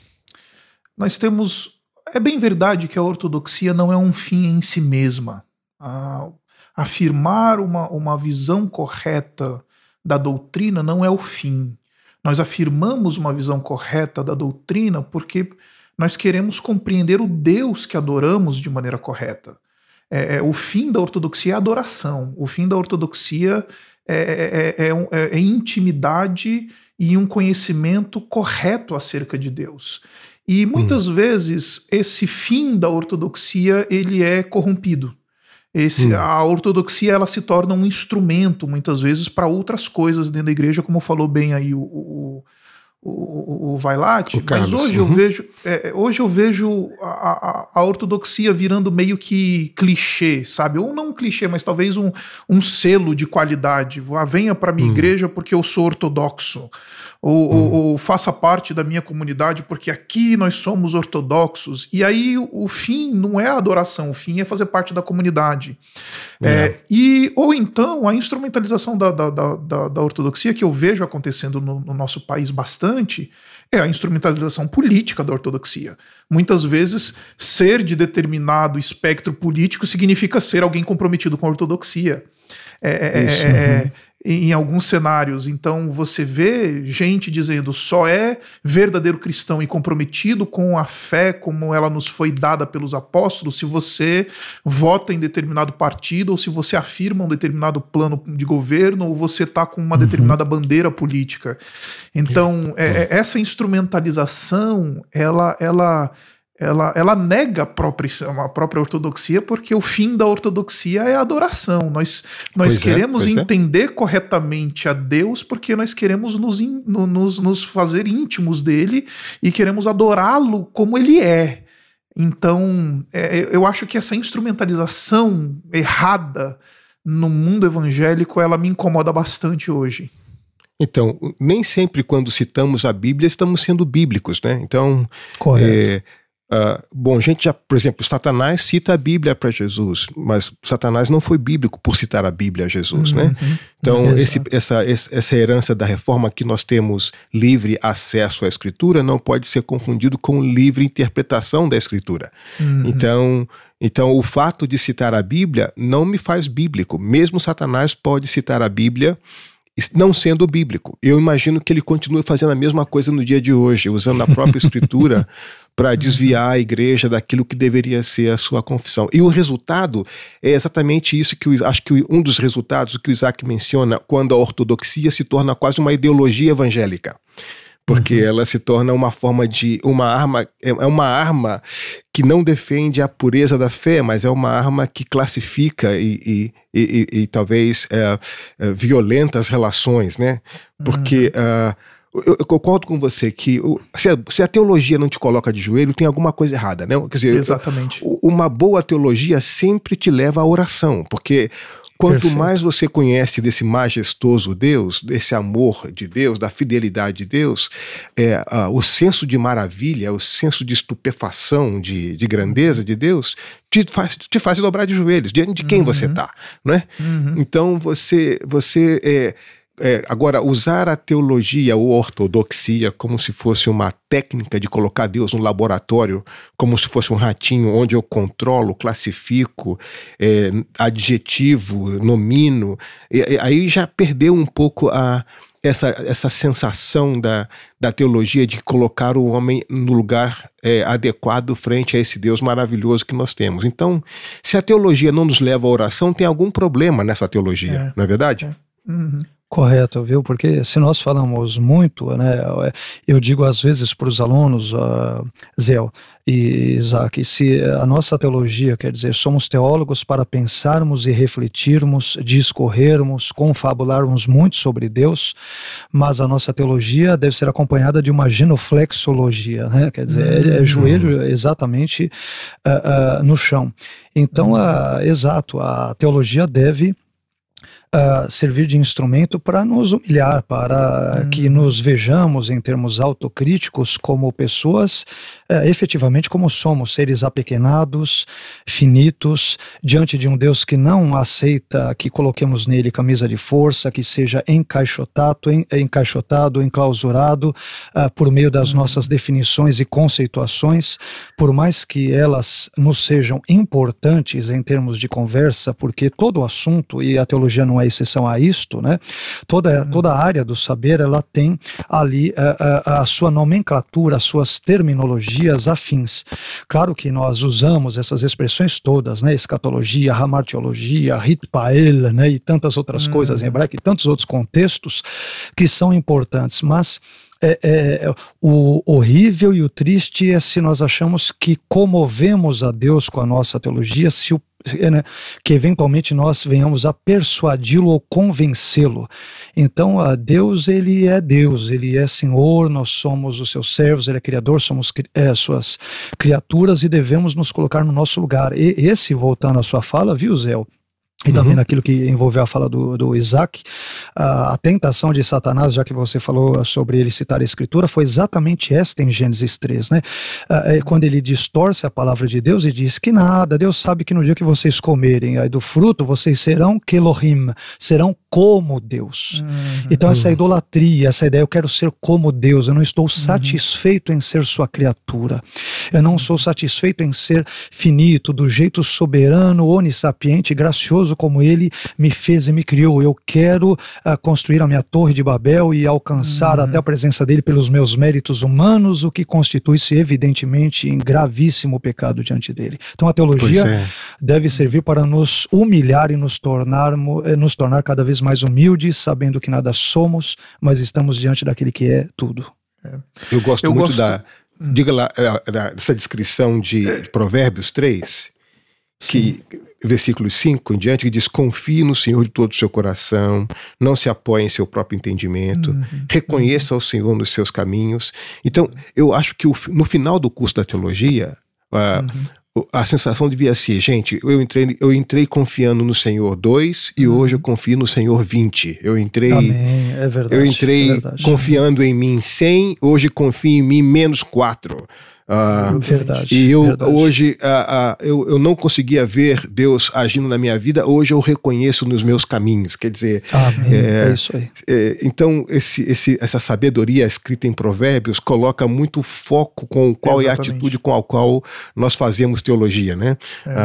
nós temos... É bem verdade que a ortodoxia não é um fim em si mesma. A, afirmar uma, uma visão correta da doutrina não é o fim. Nós afirmamos uma visão correta da doutrina porque nós queremos compreender o Deus que adoramos de maneira correta. É, é, o fim da ortodoxia é a adoração. O fim da ortodoxia É, é, é, é intimidade e um conhecimento correto acerca de Deus. E muitas hum. vezes esse fim da ortodoxia ele é corrompido. Esse, hum. A ortodoxia ela se torna um instrumento muitas vezes para outras coisas dentro da igreja, como falou bem aí o, o, o, o Vailate, mas hoje uhum. eu vejo, é, hoje eu vejo a, a, a ortodoxia virando meio que clichê, sabe? Ou não um clichê, mas talvez um, um selo de qualidade. Ah, venha para minha uhum. igreja porque eu sou ortodoxo. Ou, uhum. ou, ou faça parte da minha comunidade porque aqui nós somos ortodoxos. E aí o fim não é a adoração, o fim é fazer parte da comunidade. É. É, e, ou então a instrumentalização da, da, da, da ortodoxia que eu vejo acontecendo no, no nosso país bastante é a instrumentalização política da ortodoxia. Muitas vezes ser de determinado espectro político significa ser alguém comprometido com a ortodoxia. É, Isso, é, uhum. Em alguns cenários, então você vê gente dizendo só é verdadeiro cristão e comprometido com a fé como ela nos foi dada pelos apóstolos se você vota em determinado partido ou se você afirma um determinado plano de governo ou você está com uma uhum. determinada bandeira política. Então é, é, essa instrumentalização ela, ela, ela, ela nega a própria, a própria ortodoxia porque o fim da ortodoxia é a adoração. Nós, nós queremos é, entender é. corretamente a Deus porque nós queremos nos, in, nos, nos fazer íntimos dele e queremos adorá-lo como ele é. Então, é, eu acho que essa instrumentalização errada no mundo evangélico, ela me incomoda bastante hoje. Então, nem sempre quando citamos a Bíblia estamos sendo bíblicos, né? Então, correto. É, Uh, bom, a gente já, por exemplo, Satanás cita a Bíblia para Jesus, mas Satanás não foi bíblico por citar a Bíblia a Jesus, uhum, né? Então, uhum, esse, essa, essa herança da reforma que nós temos livre acesso à Escritura não pode ser confundido com livre interpretação da Escritura. Uhum. Então, então, o fato de citar a Bíblia não me faz bíblico. Mesmo Satanás pode citar a Bíblia não sendo bíblico. Eu imagino que ele continue fazendo a mesma coisa no dia de hoje, usando a própria Escritura para desviar a igreja daquilo que deveria ser a sua confissão. E o resultado é exatamente isso que eu acho que um dos resultados que o Isaac menciona quando a ortodoxia se torna quase uma ideologia evangélica. Porque uhum. ela se torna uma forma de, uma arma, é uma arma que não defende a pureza da fé, mas é uma arma que classifica e, e, e, e, e talvez é, é, violenta as relações, né? Porque uhum. uh, eu, eu concordo com você que o, se, a, se a teologia não te coloca de joelho, tem alguma coisa errada, né? Quer dizer, exatamente. Uma boa teologia sempre te leva à oração, porque quanto Perfeito. mais você conhece desse majestoso Deus, desse amor de Deus, da fidelidade de Deus, é, uh, o senso de maravilha, o senso de estupefação, de, de grandeza de Deus, te faz, te faz dobrar de joelhos, diante de quem uhum. você está, não é? Uhum. Então você... você é, É, agora, usar a teologia ou ortodoxia como se fosse uma técnica de colocar Deus no laboratório, como se fosse um ratinho onde eu controlo, classifico, é, adjetivo, nomino, é, é, aí já perdeu um pouco a, essa, essa sensação da, da teologia de colocar o homem no lugar é, adequado frente a esse Deus maravilhoso que nós temos. Então, se a teologia não nos leva à oração, tem algum problema nessa teologia, é. não é verdade? É. Uhum. Correto, viu? Porque se nós falamos muito, né, eu digo às vezes para os alunos, uh, Zé e Isaac, se a nossa teologia, quer dizer, somos teólogos para pensarmos e refletirmos, discorrermos, confabularmos muito sobre Deus, mas a nossa teologia deve ser acompanhada de uma genuflexologia, né? Quer dizer, uhum. é joelho exatamente uh, uh, no chão. Então, uhum. uh, exato, a teologia deve Uh, servir de instrumento para nos humilhar, para hum. que nos vejamos em termos autocríticos como pessoas, uh, efetivamente como somos, seres apequenados, finitos, diante de um Deus que não aceita que coloquemos nele camisa de força, que seja encaixotado, en, encaixotado enclausurado uh, por meio das hum. nossas definições e conceituações, por mais que elas nos sejam importantes em termos de conversa, porque todo o assunto, e a teologia não é exceção a isto, né? Toda, toda a área do saber, ela tem ali a, a, a sua nomenclatura, as suas terminologias afins. Claro que nós usamos essas expressões todas, né? Escatologia, hamartiologia, ritpael, né? E tantas outras hum. coisas em hebraico, e tantos outros contextos que são importantes, mas É, é, o horrível e o triste é se nós achamos que comovemos a Deus com a nossa teologia, se o, é, né, que eventualmente nós venhamos a persuadi-lo ou convencê-lo. Então, a Deus, ele é Deus, ele é Senhor, nós somos os seus servos, ele é Criador, somos é, suas criaturas e devemos nos colocar no nosso lugar. E esse, voltando à sua fala, viu, Zé? E também uhum. naquilo que envolveu a fala do, do Isaac, a, a tentação de Satanás, já que você falou sobre ele citar a Escritura, foi exatamente esta em Gênesis três, né? É quando ele distorce a palavra de Deus e diz que nada, Deus sabe que no dia que vocês comerem aí do fruto, vocês serão Kelohim, serão como Deus. Uhum. Então essa idolatria, essa ideia, eu quero ser como Deus, eu não estou satisfeito uhum. em ser sua criatura, eu não sou satisfeito em ser finito, do jeito soberano, onissapiente, gracioso como ele me fez e me criou. Eu quero uh, construir a minha torre de Babel e alcançar uhum. até a presença dele pelos meus méritos humanos, o que constitui-se evidentemente em gravíssimo pecado diante dele. Então a teologia é. deve servir para nos humilhar e nos tornar, nos tornar cada vez mais humildes, sabendo que nada somos, mas estamos diante daquele que é tudo. É. Eu gosto Eu muito gosto... da, diga lá, dessa descrição de Provérbios três, que Sim. versículo cinco em diante, que diz: confie no Senhor de todo o seu coração, não se apoie em seu próprio entendimento, uhum. reconheça uhum. o Senhor nos seus caminhos. Então, eu acho que o, no final do curso da teologia, uh, uhum. a sensação devia ser, gente, eu entrei, eu entrei confiando no Senhor dois e uhum. hoje eu confio no Senhor vinte. Eu entrei, Amém. É verdade, eu entrei é verdade. confiando em mim cem, hoje confio em mim menos quatro. Uh, verdade, e eu verdade. hoje uh, uh, eu, eu não conseguia ver Deus agindo na minha vida, hoje eu reconheço nos meus caminhos, quer dizer, Amém. É, é isso aí. É, então esse, esse, essa sabedoria escrita em Provérbios coloca muito foco com qual Exatamente. É a atitude com a qual nós fazemos teologia, né?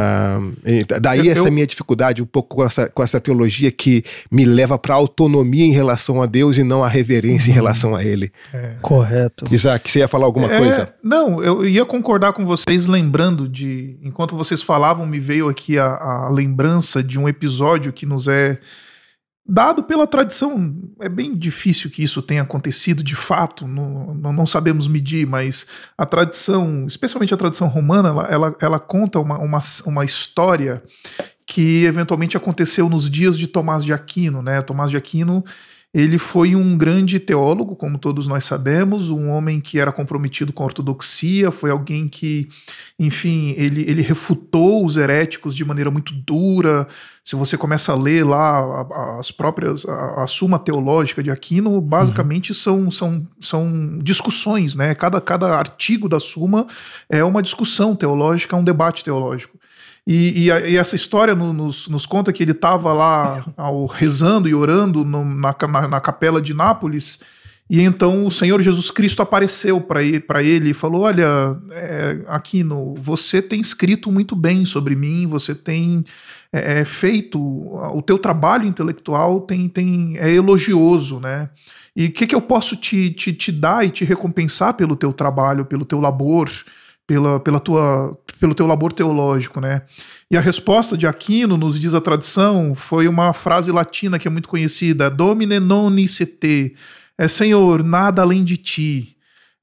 É. Uh, daí eu, essa eu... minha dificuldade um pouco com essa, com essa teologia que me leva para a autonomia em relação a Deus e não a reverência hum. em relação a Ele. É. Correto. Isaac, você ia falar alguma é, coisa? Não, eu Eu ia concordar com vocês, lembrando de... Enquanto vocês falavam, me veio aqui a, a lembrança de um episódio que nos é dado pela tradição. É bem difícil que isso tenha acontecido de fato, não, não sabemos medir, mas a tradição, especialmente a tradição romana, ela, ela, ela conta uma, uma, uma história que eventualmente aconteceu nos dias de Tomás de Aquino, né? Tomás de Aquino... Ele foi um grande teólogo, como todos nós sabemos, um homem que era comprometido com a ortodoxia, foi alguém que, enfim, ele, ele refutou os heréticos de maneira muito dura. Se você começa a ler lá as próprias, a, a Suma Teológica de Aquino, basicamente uhum. são, são, são discussões, né? Cada, cada artigo da Suma é uma discussão teológica, um debate teológico. E, e, e essa história no, nos, nos conta que ele estava lá ao, rezando e orando no, na, na, na capela de Nápoles, e então o Senhor Jesus Cristo apareceu para ele, ele e falou: olha, é, Aquino, você tem escrito muito bem sobre mim, você tem é, feito, o teu trabalho intelectual tem, tem, é elogioso, né? E o que, que eu posso te, te, te dar e te recompensar pelo teu trabalho, pelo teu labor, pela, pela tua, pelo teu labor teológico, né? E a resposta de Aquino, nos diz a tradição, foi uma frase latina que é muito conhecida: Domine non nisi te, é Senhor, nada além de ti.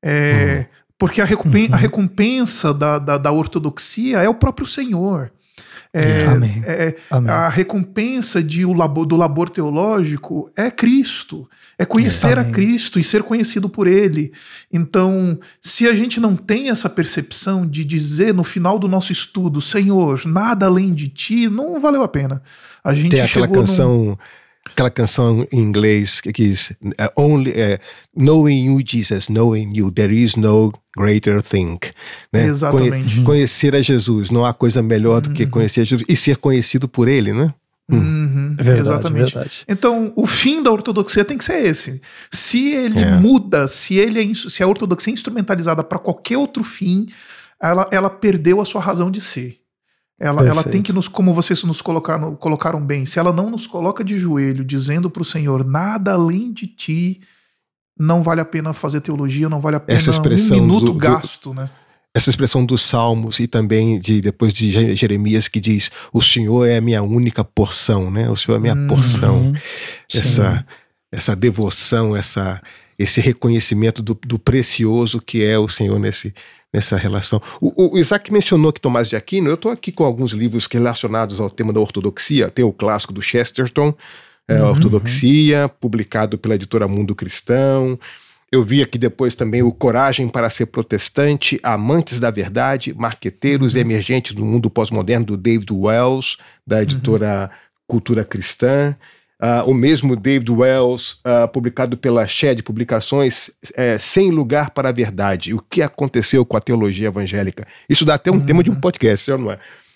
É, uhum. Porque a, recompensa, a recompensa da, da, da ortodoxia é o próprio Senhor. É, Amém. É, Amém. A recompensa de o labor, do labor teológico é Cristo, é conhecer é. a Cristo e ser conhecido por Ele. Então, se a gente não tem essa percepção de dizer no final do nosso estudo, Senhor, nada além de Ti, não valeu a pena. A gente tem aquela chegou canção, num... aquela canção em inglês que diz uh, only uh, knowing you, Jesus, knowing you, there is no greater thing. Né? Exatamente. Conhe- conhecer a Jesus, não há coisa melhor do que uhum. conhecer a Jesus e ser conhecido por Ele, né? Uhum, verdade, exatamente. Verdade. Então, o fim da ortodoxia tem que ser esse. Se ele é. muda, se, ele é, se a ortodoxia é instrumentalizada para qualquer outro fim, ela, ela perdeu a sua razão de ser. Ela, ela tem que nos, como vocês nos colocaram, colocaram bem, se ela não nos coloca de joelho, dizendo para o Senhor, nada além de ti, não vale a pena fazer teologia, não vale a pena essa expressão um minuto do, gasto, do, né? Essa expressão dos Salmos e também de, depois de Jeremias, que diz: o Senhor é a minha única porção, né? O Senhor é a minha uhum. porção. Essa, essa devoção, essa, esse reconhecimento do, do precioso que é o Senhor nesse, nessa relação. O, o Isaac mencionou que Tomás de Aquino, eu estou aqui com alguns livros relacionados ao tema da ortodoxia. Tem o clássico do Chesterton, é, uhum. Ortodoxia, publicado pela editora Mundo Cristão. Eu vi aqui depois também o Coragem para ser Protestante, Amantes da Verdade, Marqueteiros uhum. Emergentes do Mundo Pós-Moderno, do David Wells, da editora uhum. Cultura Cristã. Uh, o mesmo David Wells, uh, publicado pela Shed Publicações, é, Sem Lugar para a Verdade, o que aconteceu com a teologia evangélica. Isso dá até um uhum. tema de um podcast, não é?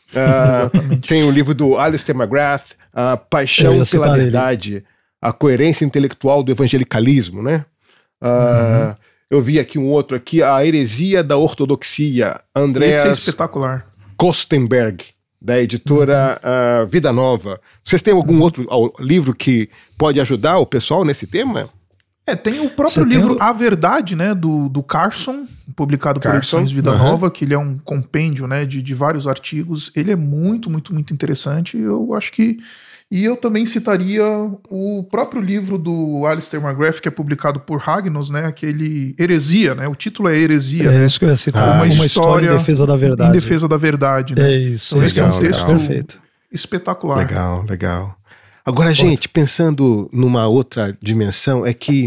Uh, tem o livro do Alistair McGrath, uh, Paixão pela Verdade, ele. A Coerência Intelectual do Evangelicalismo, né? Uh, uhum. Eu vi aqui um outro aqui, A Heresia da Ortodoxia, Andreas Esse é espetacular. Kostenberg, da editora uhum. uh, Vida Nova. Vocês têm algum uhum. outro uh, livro que pode ajudar o pessoal nesse tema? É, tem o próprio Você livro o... A Verdade, né, do, do Carson, publicado Carson, por Edições Vida uhum. Nova, que ele é um compêndio, né, de, de vários artigos. Ele é muito, muito, muito interessante. Eu acho que... E eu também citaria o próprio livro do Alistair McGrath, que é publicado por Hagnos, né? Aquele Heresia, né? O título é Heresia. É né? isso que eu ia citar. Ah, uma, uma história, história em defesa da verdade. Em defesa da verdade, né? É isso. Então, legal, esse é um texto legal. Perfeito. espetacular. Legal, legal. Agora, gente, pensando numa outra dimensão, é que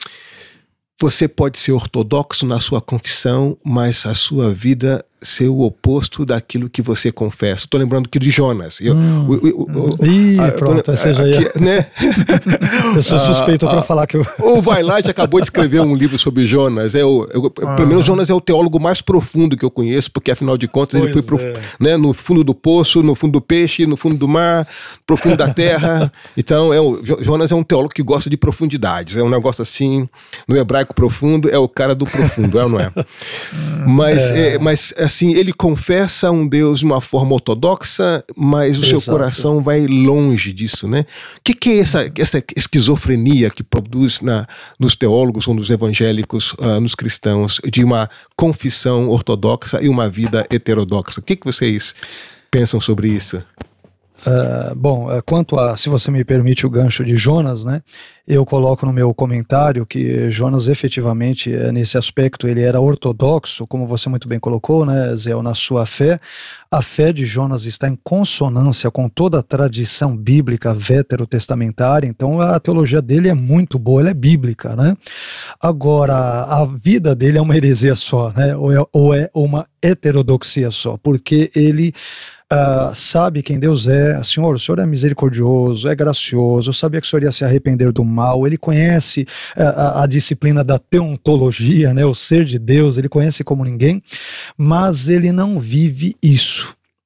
você pode ser ortodoxo na sua confissão, mas a sua vida ser o oposto daquilo que você confessa. Estou lembrando aqui de Jonas. Eu, hum, o, o, o, Ih, a, pronto, essa já ia. Né? Eu sou suspeito para falar que eu... O Vailate acabou de escrever um livro sobre Jonas. É o, eu, ah. Pelo menos Jonas é o teólogo mais profundo que eu conheço, porque afinal de contas pois ele foi pro, é. né, no fundo do poço, no fundo do peixe, no fundo do mar, profundo da terra. Então, é o, Jonas é um teólogo que gosta de profundidades. É um negócio assim, no hebraico profundo, é o cara do profundo, é ou não é? Mas, é. É, mas assim, ele confessa um Deus de uma forma ortodoxa, mas o Exato. Seu coração vai longe disso, né? O que, que é essa, essa esquizofrenia que produz na, nos teólogos ou nos evangélicos, uh, nos cristãos, de uma confissão ortodoxa e uma vida heterodoxa? O que, que vocês pensam sobre isso? Uh, bom, uh, quanto a, se você me permite o gancho de Jonas, né, eu coloco no meu comentário que Jonas efetivamente, uh, nesse aspecto, ele era ortodoxo, como você muito bem colocou, né, Zé, na sua fé. A fé de Jonas está em consonância com toda a tradição bíblica veterotestamentária, então a teologia dele é muito boa, ela é bíblica, né. Agora, a vida dele é uma heresia só, né, ou é, ou é uma heterodoxia só, porque ele Uh, sabe quem Deus é. Senhor, o Senhor é misericordioso, é gracioso, eu sabia que o Senhor ia se arrepender do mal. Ele conhece uh, a, a disciplina da teontologia, né, o ser de Deus, ele conhece como ninguém, mas ele não vive isso.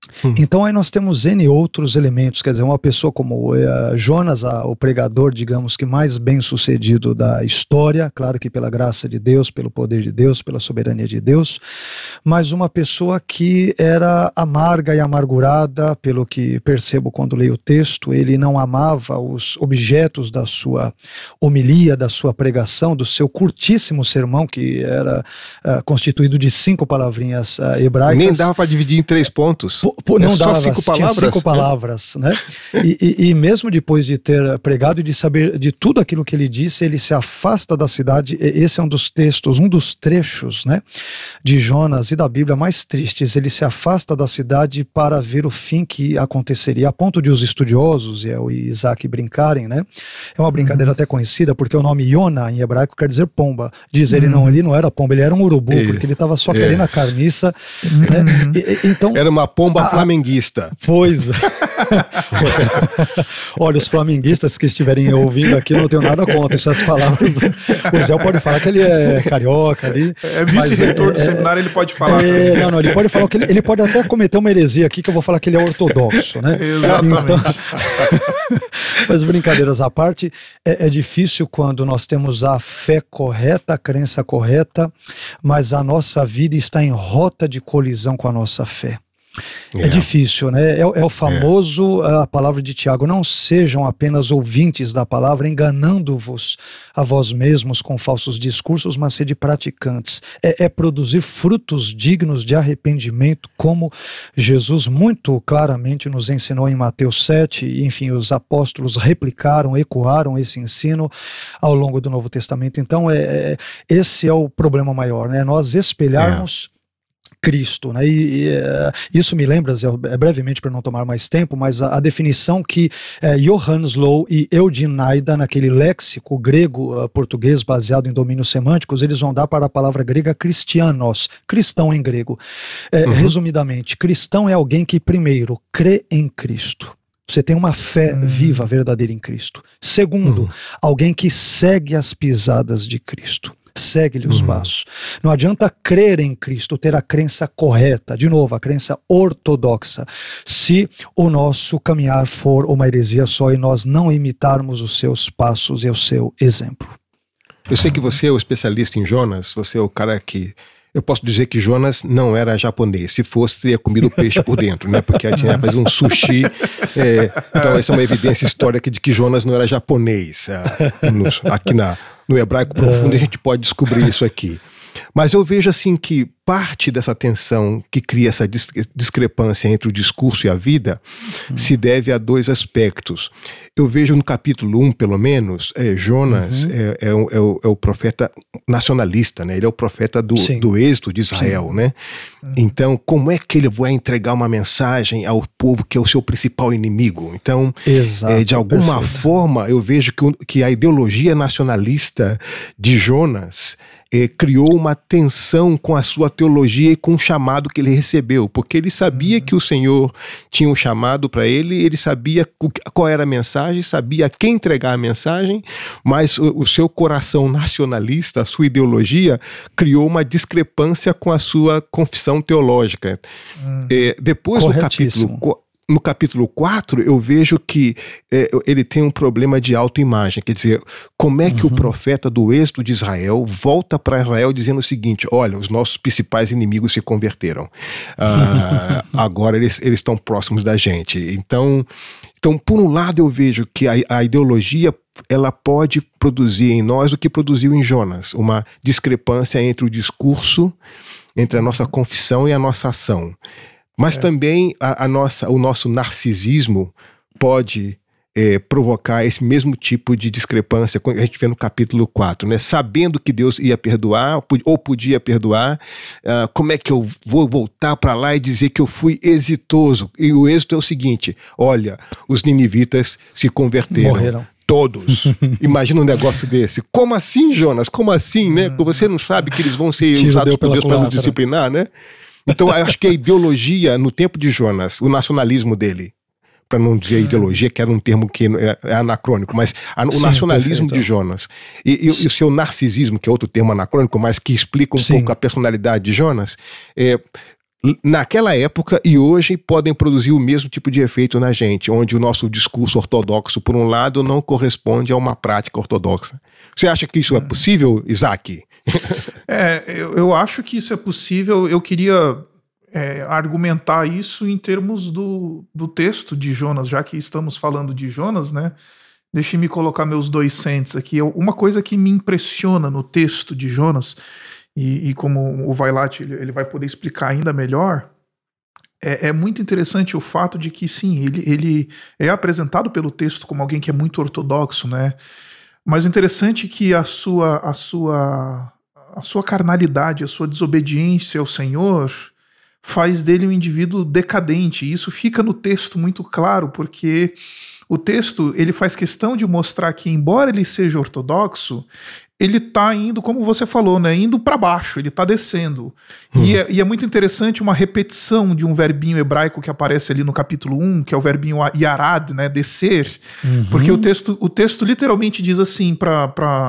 Hum. Então aí nós temos N outros elementos, quer dizer, uma pessoa como uh, Jonas, a, o pregador, digamos que mais bem sucedido da história, claro que pela graça de Deus, pelo poder de Deus, pela soberania de Deus, mas uma pessoa que era amarga e amargurada, pelo que percebo quando leio o texto, ele não amava os objetos da sua homilia, da sua pregação, do seu curtíssimo sermão, que era uh, constituído de cinco palavrinhas uh, hebraicas. Nem dava para dividir em três pontos. P Pô, não é dava, só cinco palavras, cinco palavras, né? E, e, e mesmo depois de ter pregado e de saber de tudo aquilo que ele disse, ele se afasta da cidade. Esse é um dos textos, um dos trechos, né, de Jonas e da Bíblia mais tristes. Ele se afasta da cidade para ver o fim que aconteceria, a ponto de os estudiosos e o Isaac brincarem, né? É uma brincadeira uhum. até conhecida, porque o nome Yona em hebraico quer dizer pomba. Diz ele, uhum. não, ele não era pomba, ele era um urubu, é. porque ele estava só é. querendo a carniça, uhum. né? E, então, era uma pomba a, flamenguista. Pois. Olha, os flamenguistas que estiverem ouvindo aqui, não tenho nada contra essas palavras. O Zé pode falar que ele é carioca ali. É vice-reitor é, do é, seminário, ele pode falar. É, não, não, ele pode falar que ele, ele pode até cometer uma heresia aqui, que eu vou falar que ele é ortodoxo, né? Exatamente. Então, mas brincadeiras à parte, é, é difícil quando nós temos a fé correta, a crença correta, mas a nossa vida está em rota de colisão com a nossa fé. É, é difícil, né? É, é o famoso, é. a palavra de Tiago, não sejam apenas ouvintes da palavra, enganando-vos a vós mesmos com falsos discursos, mas sede praticantes. É, é produzir frutos dignos de arrependimento, como Jesus muito claramente nos ensinou em Mateus sete, e, enfim, os apóstolos replicaram, ecoaram esse ensino ao longo do Novo Testamento. Então, é, é, esse é o problema maior, né? Nós espelharmos é. Cristo, né? E, e uh, isso me lembra, Zé, brevemente para não tomar mais tempo, mas a, a definição que uh, Johannes Low e Eugene Naida, naquele léxico grego-português uh, baseado em domínios semânticos, eles vão dar para a palavra grega cristianos, cristão em grego. Uh, uhum. Resumidamente, cristão é alguém que primeiro crê em Cristo. Você tem uma fé uhum. viva, verdadeira em Cristo. Segundo, uhum. alguém que segue as pisadas de Cristo. Segue-lhe os uhum. passos. Não adianta crer em Cristo, ter a crença correta, de novo, a crença ortodoxa, se o nosso caminhar for uma heresia só e nós não imitarmos os seus passos e o seu exemplo. Eu sei que você é o especialista em Jonas, você é o cara que... Eu posso dizer que Jonas não era japonês. Se fosse, teria comido peixe por dentro, né? Porque tinha fazer um sushi. É, então, essa é uma evidência histórica de que Jonas não era japonês. É, nos, aqui na, no hebraico profundo a gente pode descobrir isso aqui. Mas eu vejo assim que parte dessa tensão que cria essa discrepância entre o discurso e a vida uhum. se deve a dois aspectos. Eu vejo no capítulo um, pelo menos, é, Jonas uhum. é, é, o, é, o, é o profeta nacionalista, né? Ele é o profeta do, do êxodo de Israel, Sim. né? Uhum. Então, como é que ele vai entregar uma mensagem ao povo que é o seu principal inimigo? Então, Exato, é, de alguma perfeito. forma, eu vejo que, que a ideologia nacionalista de Jonas É, criou uma tensão com a sua teologia e com o chamado que ele recebeu, porque ele sabia uhum. que o Senhor tinha um chamado para ele, ele sabia qual era a mensagem, sabia a quem entregar a mensagem, mas o, o seu coração nacionalista, a sua ideologia, criou uma discrepância com a sua confissão teológica. Uhum. É, depois do capítulo... No capítulo quatro, eu vejo que é, ele tem um problema de autoimagem. Quer dizer, como é que uhum. o profeta do êxodo de Israel volta para Israel dizendo o seguinte: olha, os nossos principais inimigos se converteram. Ah, agora eles, eles estão próximos da gente. Então, então, por um lado, eu vejo que a, a ideologia ela pode produzir em nós o que produziu em Jonas, uma discrepância entre o discurso, entre a nossa confissão e a nossa ação. Mas é. também a, a nossa, o nosso narcisismo pode é, provocar esse mesmo tipo de discrepância que a gente vê no capítulo quatro, né? Sabendo que Deus ia perdoar, ou podia perdoar, uh, como é que eu vou voltar para lá e dizer que eu fui exitoso? E o êxito é o seguinte: olha, os ninivitas se converteram. Morreram. Todos. Imagina um negócio desse. Como assim, Jonas? Como assim, né? Você não sabe que eles vão ser Tiro usados por Deus para nos culatra. disciplinar, né? Então, eu acho que a ideologia, no tempo de Jonas, o nacionalismo dele, para não dizer hum. ideologia, que era um termo que é anacrônico, mas a, o Sim, nacionalismo perfeito. de Jonas e, e, e o seu narcisismo, que é outro termo anacrônico, mas que explica um Sim. pouco a personalidade de Jonas, é, naquela época e hoje podem produzir o mesmo tipo de efeito na gente, onde o nosso discurso ortodoxo, por um lado, não corresponde a uma prática ortodoxa. Você acha que isso é possível, Isaac? É, eu, eu acho que isso é possível. Eu queria é, argumentar isso em termos do, do texto de Jonas, já que estamos falando de Jonas, né? Deixe-me colocar meus dois cents aqui. Uma coisa que me impressiona no texto de Jonas, e, e como o Vailate ele, ele vai poder explicar ainda melhor, é, é muito interessante o fato de que, sim, ele, ele é apresentado pelo texto como alguém que é muito ortodoxo, né? Mas o interessante é que a sua, a sua, a sua carnalidade, a sua desobediência ao Senhor faz dele um indivíduo decadente. E isso fica no texto muito claro, porque o texto ele faz questão de mostrar que, embora ele seja ortodoxo, ele está indo, como você falou, né, indo para baixo, ele está descendo. Hum. E, é, e é muito interessante uma repetição de um verbinho hebraico que aparece ali no capítulo um, que é o verbinho yarad, né, descer, uhum. Porque o texto, o texto literalmente diz assim, para...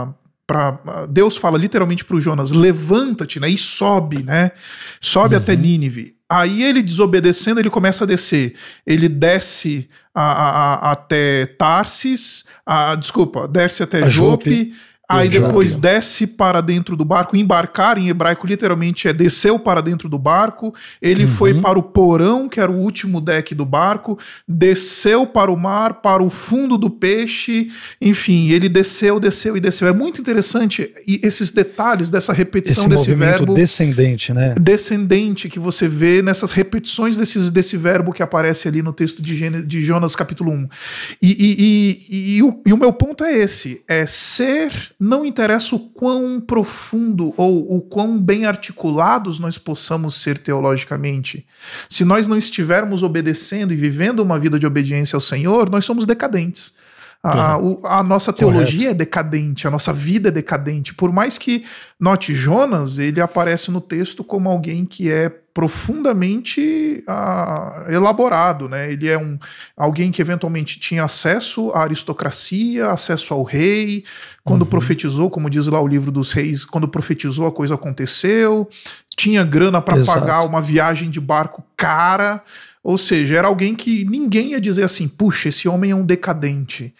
Pra, Deus fala literalmente para o Jonas, levanta-te, né, e sobe, né, sobe uhum. até Nínive. Aí ele, desobedecendo, ele começa a descer. Ele desce a, a, a, até Tarsis, a, desculpa, desce até a Jope, Jope. Aí depois desce para dentro do barco. Embarcar em hebraico literalmente é desceu para dentro do barco. Ele uhum. foi para o porão, que era o último deck do barco. Desceu para o mar, para o fundo do peixe. Enfim, ele desceu, desceu e desceu. É muito interessante e esses detalhes dessa repetição Esse desse verbo. descendente, né? Descendente que você vê nessas repetições desses, desse verbo que aparece ali no texto de, Gênesis, de Jonas capítulo um. E, e, e, e, o, e o meu ponto é esse. É ser... Não interessa o quão profundo ou o quão bem articulados nós possamos ser teologicamente. Se nós não estivermos obedecendo e vivendo uma vida de obediência ao Senhor, nós somos decadentes. A, uhum. a, a nossa teologia Correto. é decadente, a nossa vida é decadente. Por mais que, note, Jonas, ele aparece no texto como alguém que é profundamente uh, elaborado, né? Ele é um, alguém que eventualmente tinha acesso à aristocracia, acesso ao rei. Quando uhum. profetizou, como diz lá o livro dos reis, quando profetizou a coisa aconteceu. Tinha grana para pagar uma viagem de barco cara. Ou seja, era alguém que ninguém ia dizer assim, puxa, esse homem é um decadente.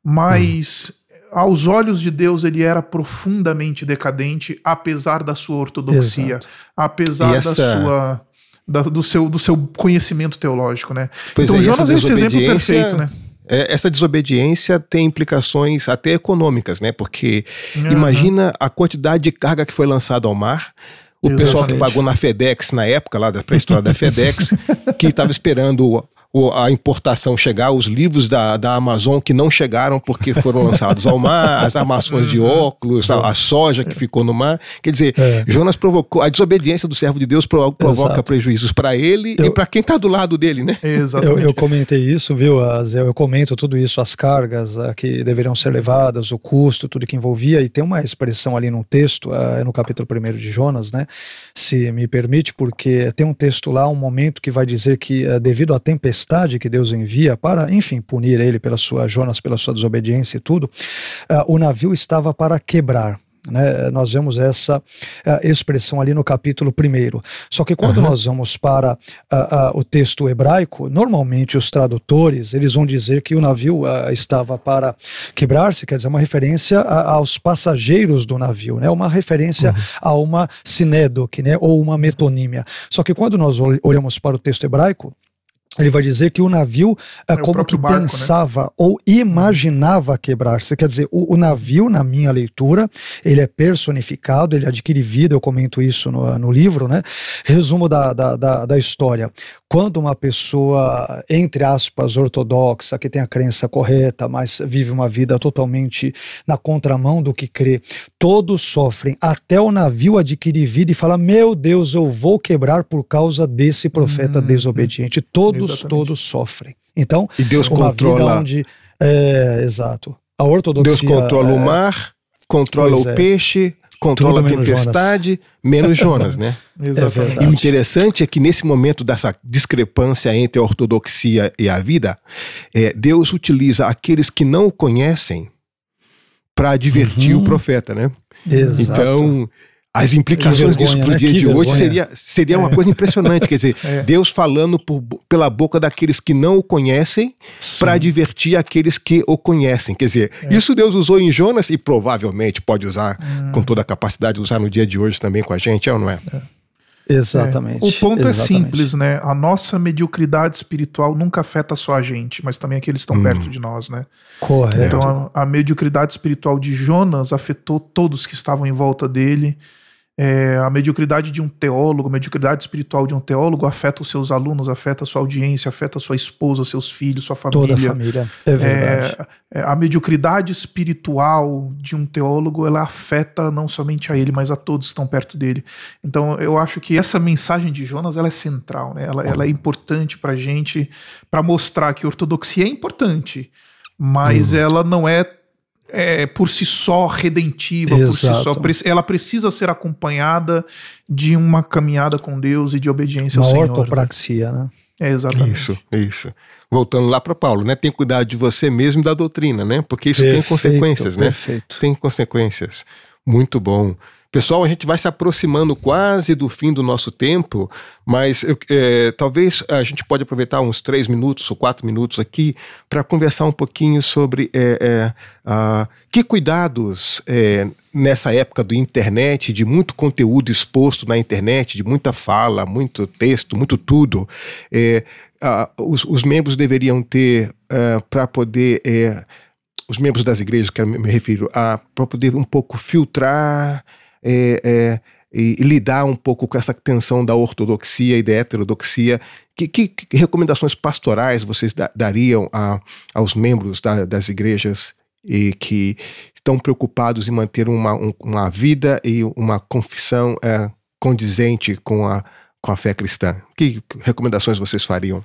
Mas hum. aos olhos de Deus ele era profundamente decadente, apesar da sua ortodoxia, Exato. apesar essa... da sua, da, do, seu, do seu conhecimento teológico, né? Pois então é, Jonas é esse exemplo perfeito, né? Essa desobediência tem implicações até econômicas, né? Porque uhum. imagina a quantidade de carga que foi lançada ao mar. O Exatamente. pessoal que pagou na FedEx, na época lá da pré-história da FedEx, que estava esperando o, a importação chegar, os livros da, da Amazon que não chegaram porque foram lançados ao mar, as armações de óculos, a, a soja que ficou no mar. Quer dizer, é. Jonas provocou, a desobediência do servo de Deus provoca Exato. prejuízos para ele eu, e para quem está do lado dele, né? Exatamente. Eu, eu comentei isso, viu, Zé? Eu comento tudo isso, as cargas uh, que deveriam ser levadas, o custo, tudo que envolvia, e tem uma expressão ali no texto, uh, no capítulo primeiro de Jonas, né? Se me permite, porque tem um texto lá, um momento que vai dizer que uh, devido à tempestade que Deus envia para, enfim, punir ele pela sua, Jonas pela sua desobediência e tudo, uh, o navio estava para quebrar. Né? Nós vemos essa uh, expressão ali no capítulo primeiro. Só que quando uhum. nós vamos para uh, uh, o texto hebraico, normalmente os tradutores eles vão dizer que o navio uh, estava para quebrar-se, quer dizer, uma referência a, aos passageiros do navio, né? Uma referência uhum. a uma sinédoque, né? Ou uma metonímia. Só que quando nós olhamos para o texto hebraico, ele vai dizer que o navio é como que barco, pensava, né? Ou imaginava quebrar-se. Quer dizer, o, o navio, na minha leitura, ele é personificado, ele adquire vida, eu comento isso no, no livro, né? Resumo da, da, da, da história. Quando uma pessoa, entre aspas, ortodoxa, que tem a crença correta, mas vive uma vida totalmente na contramão do que crê, todos sofrem, até o navio adquirir vida e fala, meu Deus, eu vou quebrar por causa desse profeta hum, desobediente. Todos Exatamente. todos sofrem. Então, e Deus uma controla. Vida onde, é, exato. A ortodoxia. Deus controla é, o mar, controla o é. peixe, controla Tudo a tempestade, Jonas. menos Jonas, né? Exatamente. E o interessante é que nesse momento dessa discrepância entre a ortodoxia e a vida, é, Deus utiliza aqueles que não o conhecem para advertir uhum. o profeta, né? Exato. Então, as implicações disso para o dia né? de hoje seria, seria uma é. coisa impressionante. Quer dizer, é. Deus falando por, pela boca daqueles que não o conhecem para advertir aqueles que o conhecem. Quer dizer, é. isso Deus usou em Jonas e provavelmente pode usar hum. com toda a capacidade de usar no dia de hoje também com a gente, é ou não é? é. Exatamente. É. O ponto Exatamente. é simples, né? A nossa mediocridade espiritual nunca afeta só a gente, mas também aqueles que estão hum. perto de nós, né? Correto. Então a, a mediocridade espiritual de Jonas afetou todos que estavam em volta dele. É, a mediocridade de um teólogo, a mediocridade espiritual de um teólogo afeta os seus alunos, afeta a sua audiência, afeta a sua esposa, seus filhos, sua família. Toda a família, é verdade. É, a mediocridade espiritual de um teólogo, ela afeta não somente a ele, mas a todos que estão perto dele. Então eu acho que essa mensagem de Jonas, ela é central, né? ela, ela é importante pra gente, para mostrar que a ortodoxia é importante, mas uhum. ela não é É, por si só redentiva, por si só, ela precisa ser acompanhada de uma caminhada com Deus e de obediência uma ao Senhor. Uma ortopraxia, né? É, exatamente. Isso, isso. Voltando lá para Paulo, né? Tem cuidado de você mesmo e da doutrina, né? Porque isso perfeito, tem consequências, né? Perfeito. Tem consequências. Muito bom. Pessoal, a gente vai se aproximando quase do fim do nosso tempo, mas eu, é, talvez a gente pode aproveitar uns três minutos ou quatro minutos aqui para conversar um pouquinho sobre é, é, a, que cuidados é, nessa época do internet, de muito conteúdo exposto na internet, de muita fala, muito texto, muito tudo, é, a, os, os membros deveriam ter é, para poder... É, os membros das igrejas, que eu me refiro, para poder um pouco filtrar... É, é, e, e lidar um pouco com essa tensão da ortodoxia e da heterodoxia. Que, que, que recomendações pastorais vocês da, dariam a, aos membros da, das igrejas e que estão preocupados em manter uma, um, uma vida e uma confissão é, condizente com a, com a fé cristã? Que recomendações vocês fariam?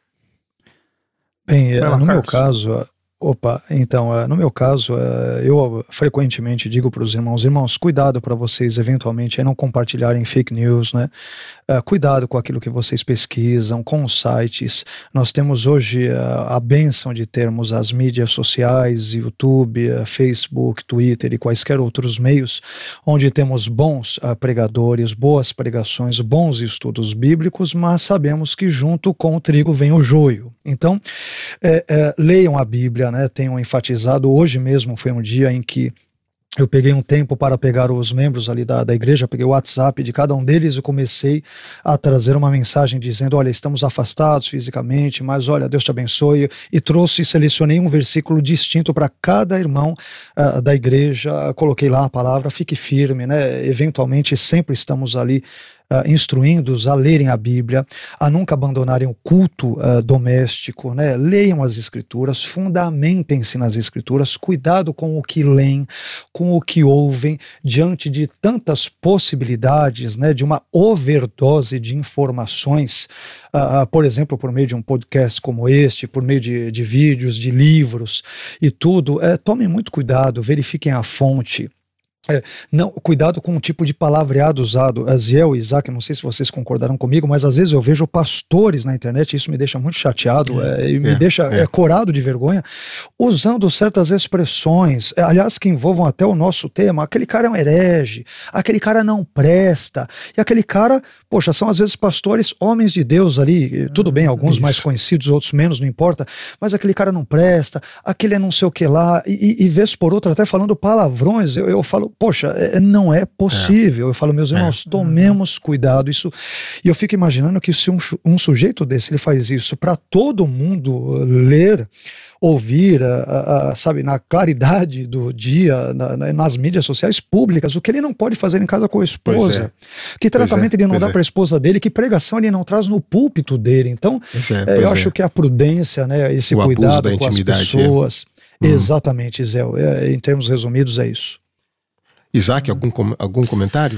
Bem, no meu caso... Opa, então, no meu caso, eu frequentemente digo para os irmãos, irmãos, cuidado para vocês eventualmente não compartilharem fake news, né? Cuidado com aquilo que vocês pesquisam, com os sites. Nós temos hoje a, a bênção de termos as mídias sociais, YouTube, Facebook, Twitter e quaisquer outros meios, onde temos bons pregadores, boas pregações, bons estudos bíblicos, mas sabemos que junto com o trigo vem o joio. Então, é, é, leiam a Bíblia, né? Tenham enfatizado. Hoje mesmo foi um dia em que eu peguei um tempo para pegar os membros ali da, da igreja, peguei o WhatsApp de cada um deles e comecei a trazer uma mensagem dizendo, olha, estamos afastados fisicamente, mas olha, Deus te abençoe, e trouxe e selecionei um versículo distinto para cada irmão uh, da igreja, coloquei lá a palavra, fique firme, né? Eventualmente sempre estamos ali Uh, instruindo-os a lerem a Bíblia, a nunca abandonarem o culto uh, doméstico, né? Leiam as Escrituras, fundamentem-se nas Escrituras, cuidado com o que leem, com o que ouvem, diante de tantas possibilidades, né, de uma overdose de informações, uh, por exemplo, por meio de um podcast como este, por meio de, de vídeos, de livros e tudo. Uh, tomem muito cuidado, verifiquem a fonte. É, não, cuidado com o tipo de palavreado usado. Aziel e Isaac, não sei se vocês concordaram comigo, mas às vezes eu vejo pastores na internet, e isso me deixa muito chateado, é, e me é, deixa é. É, corado de vergonha, usando certas expressões, é, aliás, que envolvam até o nosso tema. Aquele cara é um herege, aquele cara não presta, e aquele cara, poxa, são às vezes pastores, homens de Deus ali, tudo bem, alguns isso. mais conhecidos, outros menos, não importa, mas aquele cara não presta, aquele é não sei o que lá, e, e, e vez por outra, até falando palavrões, eu, eu falo, poxa, não é possível. É. Eu falo, meus irmãos, é. tomemos cuidado. Isso, e eu fico imaginando que se um, um sujeito desse ele faz isso para todo mundo ler, ouvir, a, a, sabe, na claridade do dia, na, na, nas mídias sociais públicas, o que ele não pode fazer em casa com a esposa, é. que tratamento é. ele não pois dá é. para a esposa dele, que pregação ele não traz no púlpito dele. Então, é, eu acho que a prudência, né, esse o cuidado com as pessoas. É. Exatamente, Zé. É, em termos resumidos, é isso. Isaac, algum, algum comentário?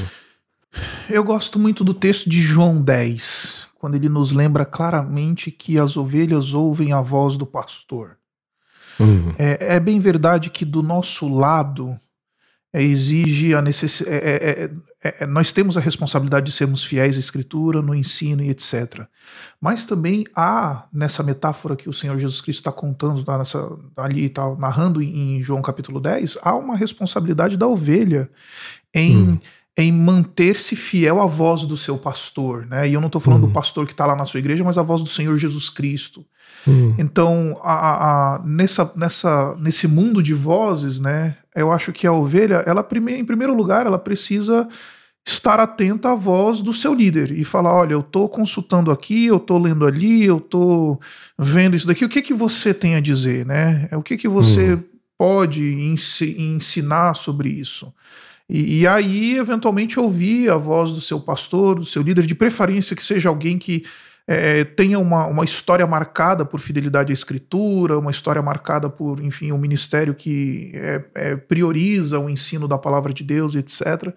Eu gosto muito do texto de João dez, quando ele nos lembra claramente que as ovelhas ouvem a voz do pastor. Uhum. É, é bem verdade que do nosso lado é, exige a necessidade. É, é, é, nós temos a responsabilidade de sermos fiéis à Escritura, no ensino e etcétera. Mas também há, nessa metáfora que o Senhor Jesus Cristo está contando, tá, nessa, ali está narrando em João capítulo dez, há uma responsabilidade da ovelha em, hum. em manter-se fiel à voz do seu pastor, né? E eu não estou falando uhum. do pastor que está lá na sua igreja, mas a voz do Senhor Jesus Cristo. Uhum. Então, a, a, a, nessa, nessa, nesse mundo de vozes, né? Eu acho que a ovelha, ela prime, em primeiro lugar, ela precisa estar atenta à voz do seu líder e falar, olha, eu estou consultando aqui, eu estou lendo ali, eu estou vendo isso daqui, o que que você tem a dizer, né? O que que você uhum. pode ensinar sobre isso? E, e aí, eventualmente, ouvir a voz do seu pastor, do seu líder, de preferência que seja alguém que é, tenha uma, uma história marcada por fidelidade à Escritura, uma história marcada por, enfim, um ministério que é, é, prioriza o ensino da palavra de Deus, etcétera.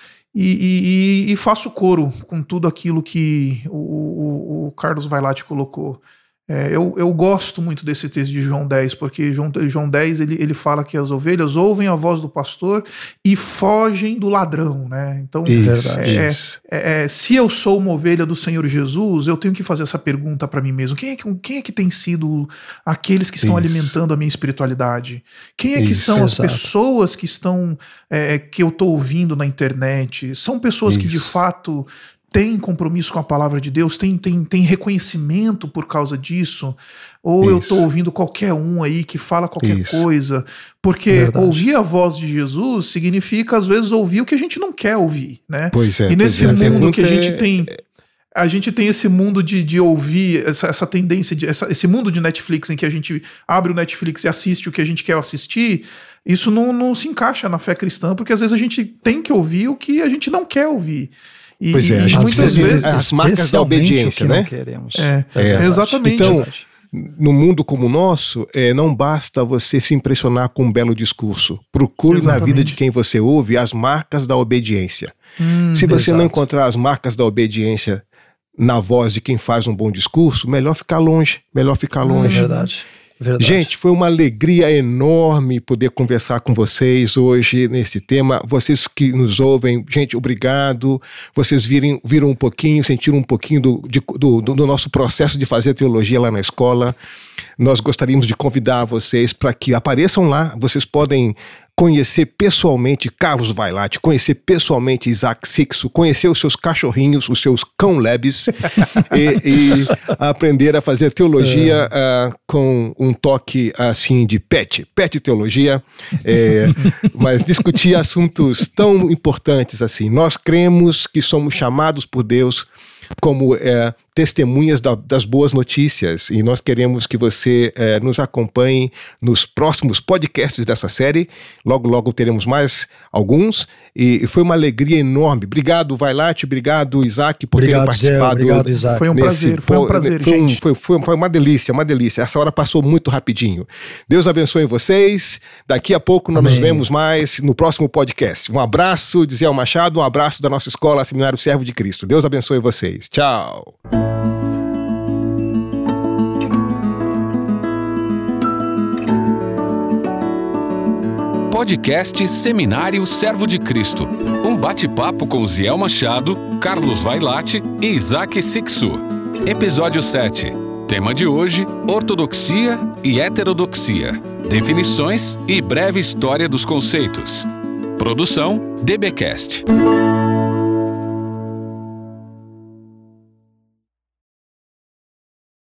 E, e, e faço coro com tudo aquilo que o, o, o Carlos Vailate colocou. É, eu, eu gosto muito desse texto de João dez, porque João, João dez ele, ele fala que as ovelhas ouvem a voz do pastor e fogem do ladrão, né? Então, isso, é, isso. É, é, se eu sou uma ovelha do Senhor Jesus, eu tenho que fazer essa pergunta para mim mesmo: quem é, que, quem é que tem sido aqueles que estão isso. alimentando a minha espiritualidade? Quem é que isso, são as exato. pessoas que estão é, que eu estou ouvindo na internet? São pessoas isso. que de fato tem compromisso com a palavra de Deus, tem, tem, tem reconhecimento por causa disso, ou Isso. eu estou ouvindo qualquer um aí que fala qualquer Isso. coisa, porque Verdade. ouvir a voz de Jesus significa às vezes ouvir o que a gente não quer ouvir, né? Pois é, e nesse pois é. mundo que a gente é... tem... A gente tem esse mundo de, de ouvir, essa, essa tendência, de, essa, esse mundo de Netflix em que a gente abre o Netflix e assiste o que a gente quer assistir, isso não, não se encaixa na fé cristã, porque às vezes a gente tem que ouvir o que a gente não quer ouvir. E, pois é, e muitas vezes, vezes as marcas da obediência, né? É, é, exatamente. Então, no mundo como o nosso, é, não basta você se impressionar com um belo discurso. Procure exatamente. na vida de quem você ouve as marcas da obediência. Hum, se você exato. não encontrar as marcas da obediência na voz de quem faz um bom discurso, melhor ficar longe, melhor ficar longe. É verdade. Verdade. Gente, foi uma alegria enorme poder conversar com vocês hoje nesse tema. Vocês que nos ouvem, gente, obrigado. Vocês viram, viram um pouquinho, sentiram um pouquinho do, de, do, do nosso processo de fazer teologia lá na escola. Nós gostaríamos de convidar vocês para que apareçam lá. Vocês podem conhecer pessoalmente Carlos Vailate, conhecer pessoalmente Isaac Sixo, conhecer os seus cachorrinhos, os seus cão lebes e, e aprender a fazer teologia é. uh, com um toque assim de pet, pet teologia, é, mas discutir assuntos tão importantes assim. Nós cremos que somos chamados por Deus como é, testemunhas da, das boas notícias, e nós queremos que você é, nos acompanhe nos próximos podcasts dessa série. Logo, logo teremos mais alguns, e, e foi uma alegria enorme. Obrigado, Vailate, obrigado, Isaac, por obrigado, terem participado. Zé, obrigado, Isaac. Foi um nesse, prazer, foi um prazer, foi, gente. Foi, foi, foi uma delícia, uma delícia. Essa hora passou muito rapidinho. Deus abençoe vocês. Daqui a pouco nós Amém. nos vemos mais no próximo podcast. Um abraço de Zé Machado, um abraço da nossa escola Seminário Servo de Cristo. Deus abençoe vocês. Tchau. Podcast Seminário Servo de Cristo. Um bate-papo com Ziel Machado, Carlos Vailate e Isaac Sixu. Episódio sete. Tema de hoje: ortodoxia e heterodoxia. Definições e breve história dos conceitos. Produção D B Cast.